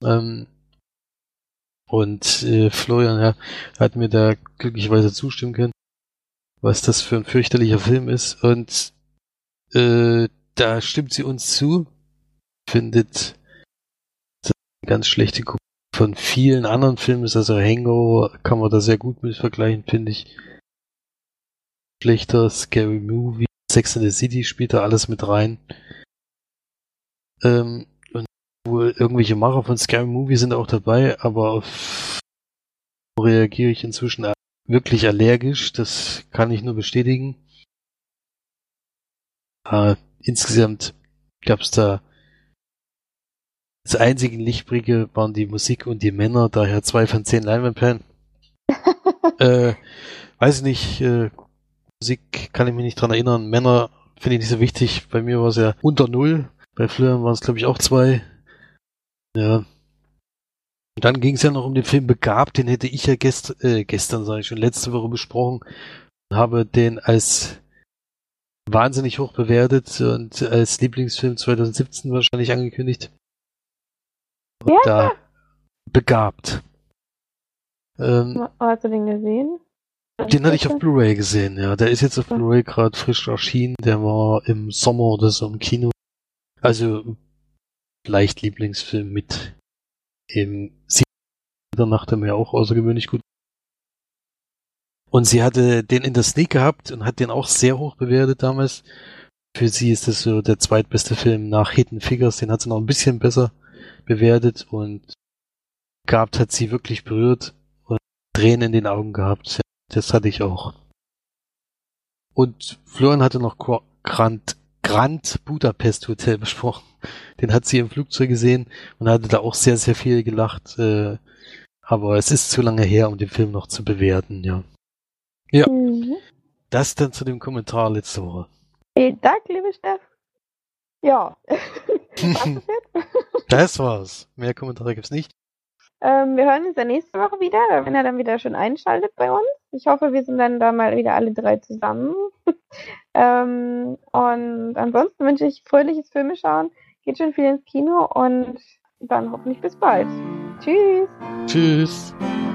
Florian hat mir da glücklicherweise zustimmen können, was das für ein fürchterlicher Film ist. Und da stimmt sie uns zu, findet das eine ganz schlechte Kopie von vielen anderen Filmen ist, also Hangover kann man da sehr gut mit vergleichen, finde ich. Schlechter Scary Movie, Sex and the City spielt da alles mit rein. Und wohl irgendwelche Macher von Scary Movie sind auch dabei, aber auf reagiere ich inzwischen wirklich allergisch, das kann ich nur bestätigen. Insgesamt gab es da das einzige Lichtblicke waren die Musik und die Männer, daher 2 von 10 Leinwandperlen. Weiß ich nicht, Musik kann ich mich nicht dran erinnern. Männer finde ich nicht so wichtig. Bei mir war es ja unter 0. Bei Florian waren es, glaube ich, auch 2. Ja. Und dann ging es ja noch um den Film Begabt. Den hätte ich ja gestern, sage ich schon, letzte Woche besprochen. Und habe den als wahnsinnig hoch bewertet und als Lieblingsfilm 2017 wahrscheinlich angekündigt. Und da Begabt. Hast du den gesehen? Den hatte ich auf Blu-ray gesehen, ja. Der ist jetzt auf Blu-ray gerade frisch erschienen. Der war im Sommer oder so im Kino. Also leicht Lieblingsfilm mit im Nacht, der mir auch außergewöhnlich gut. Und sie hatte den in der Sneak gehabt und hat den auch sehr hoch bewertet damals. Für sie ist das so der zweitbeste Film nach Hidden Figures. Den hat sie noch ein bisschen besser bewertet und gehabt hat sie wirklich berührt und Tränen in den Augen gehabt. Das hatte ich auch. Und Florian hatte noch Grand Budapest Hotel besprochen. Den hat sie im Flugzeug gesehen und hatte da auch sehr, sehr viel gelacht. Aber es ist zu lange her, um den Film noch zu bewerten, ja. Ja. Mhm. Das dann zu dem Kommentar letzte Woche. Vielen Dank, liebe Steff. Ja. Das war's. Mehr Kommentare gibt's nicht. Wir hören uns ja nächste Woche wieder, wenn er dann wieder schon einschaltet bei uns. Ich hoffe, wir sind dann da mal wieder alle 3 zusammen. Und ansonsten wünsche ich fröhliches Filmeschauen. Geht schon viel ins Kino und dann hoffentlich bis bald. Tschüss. Tschüss.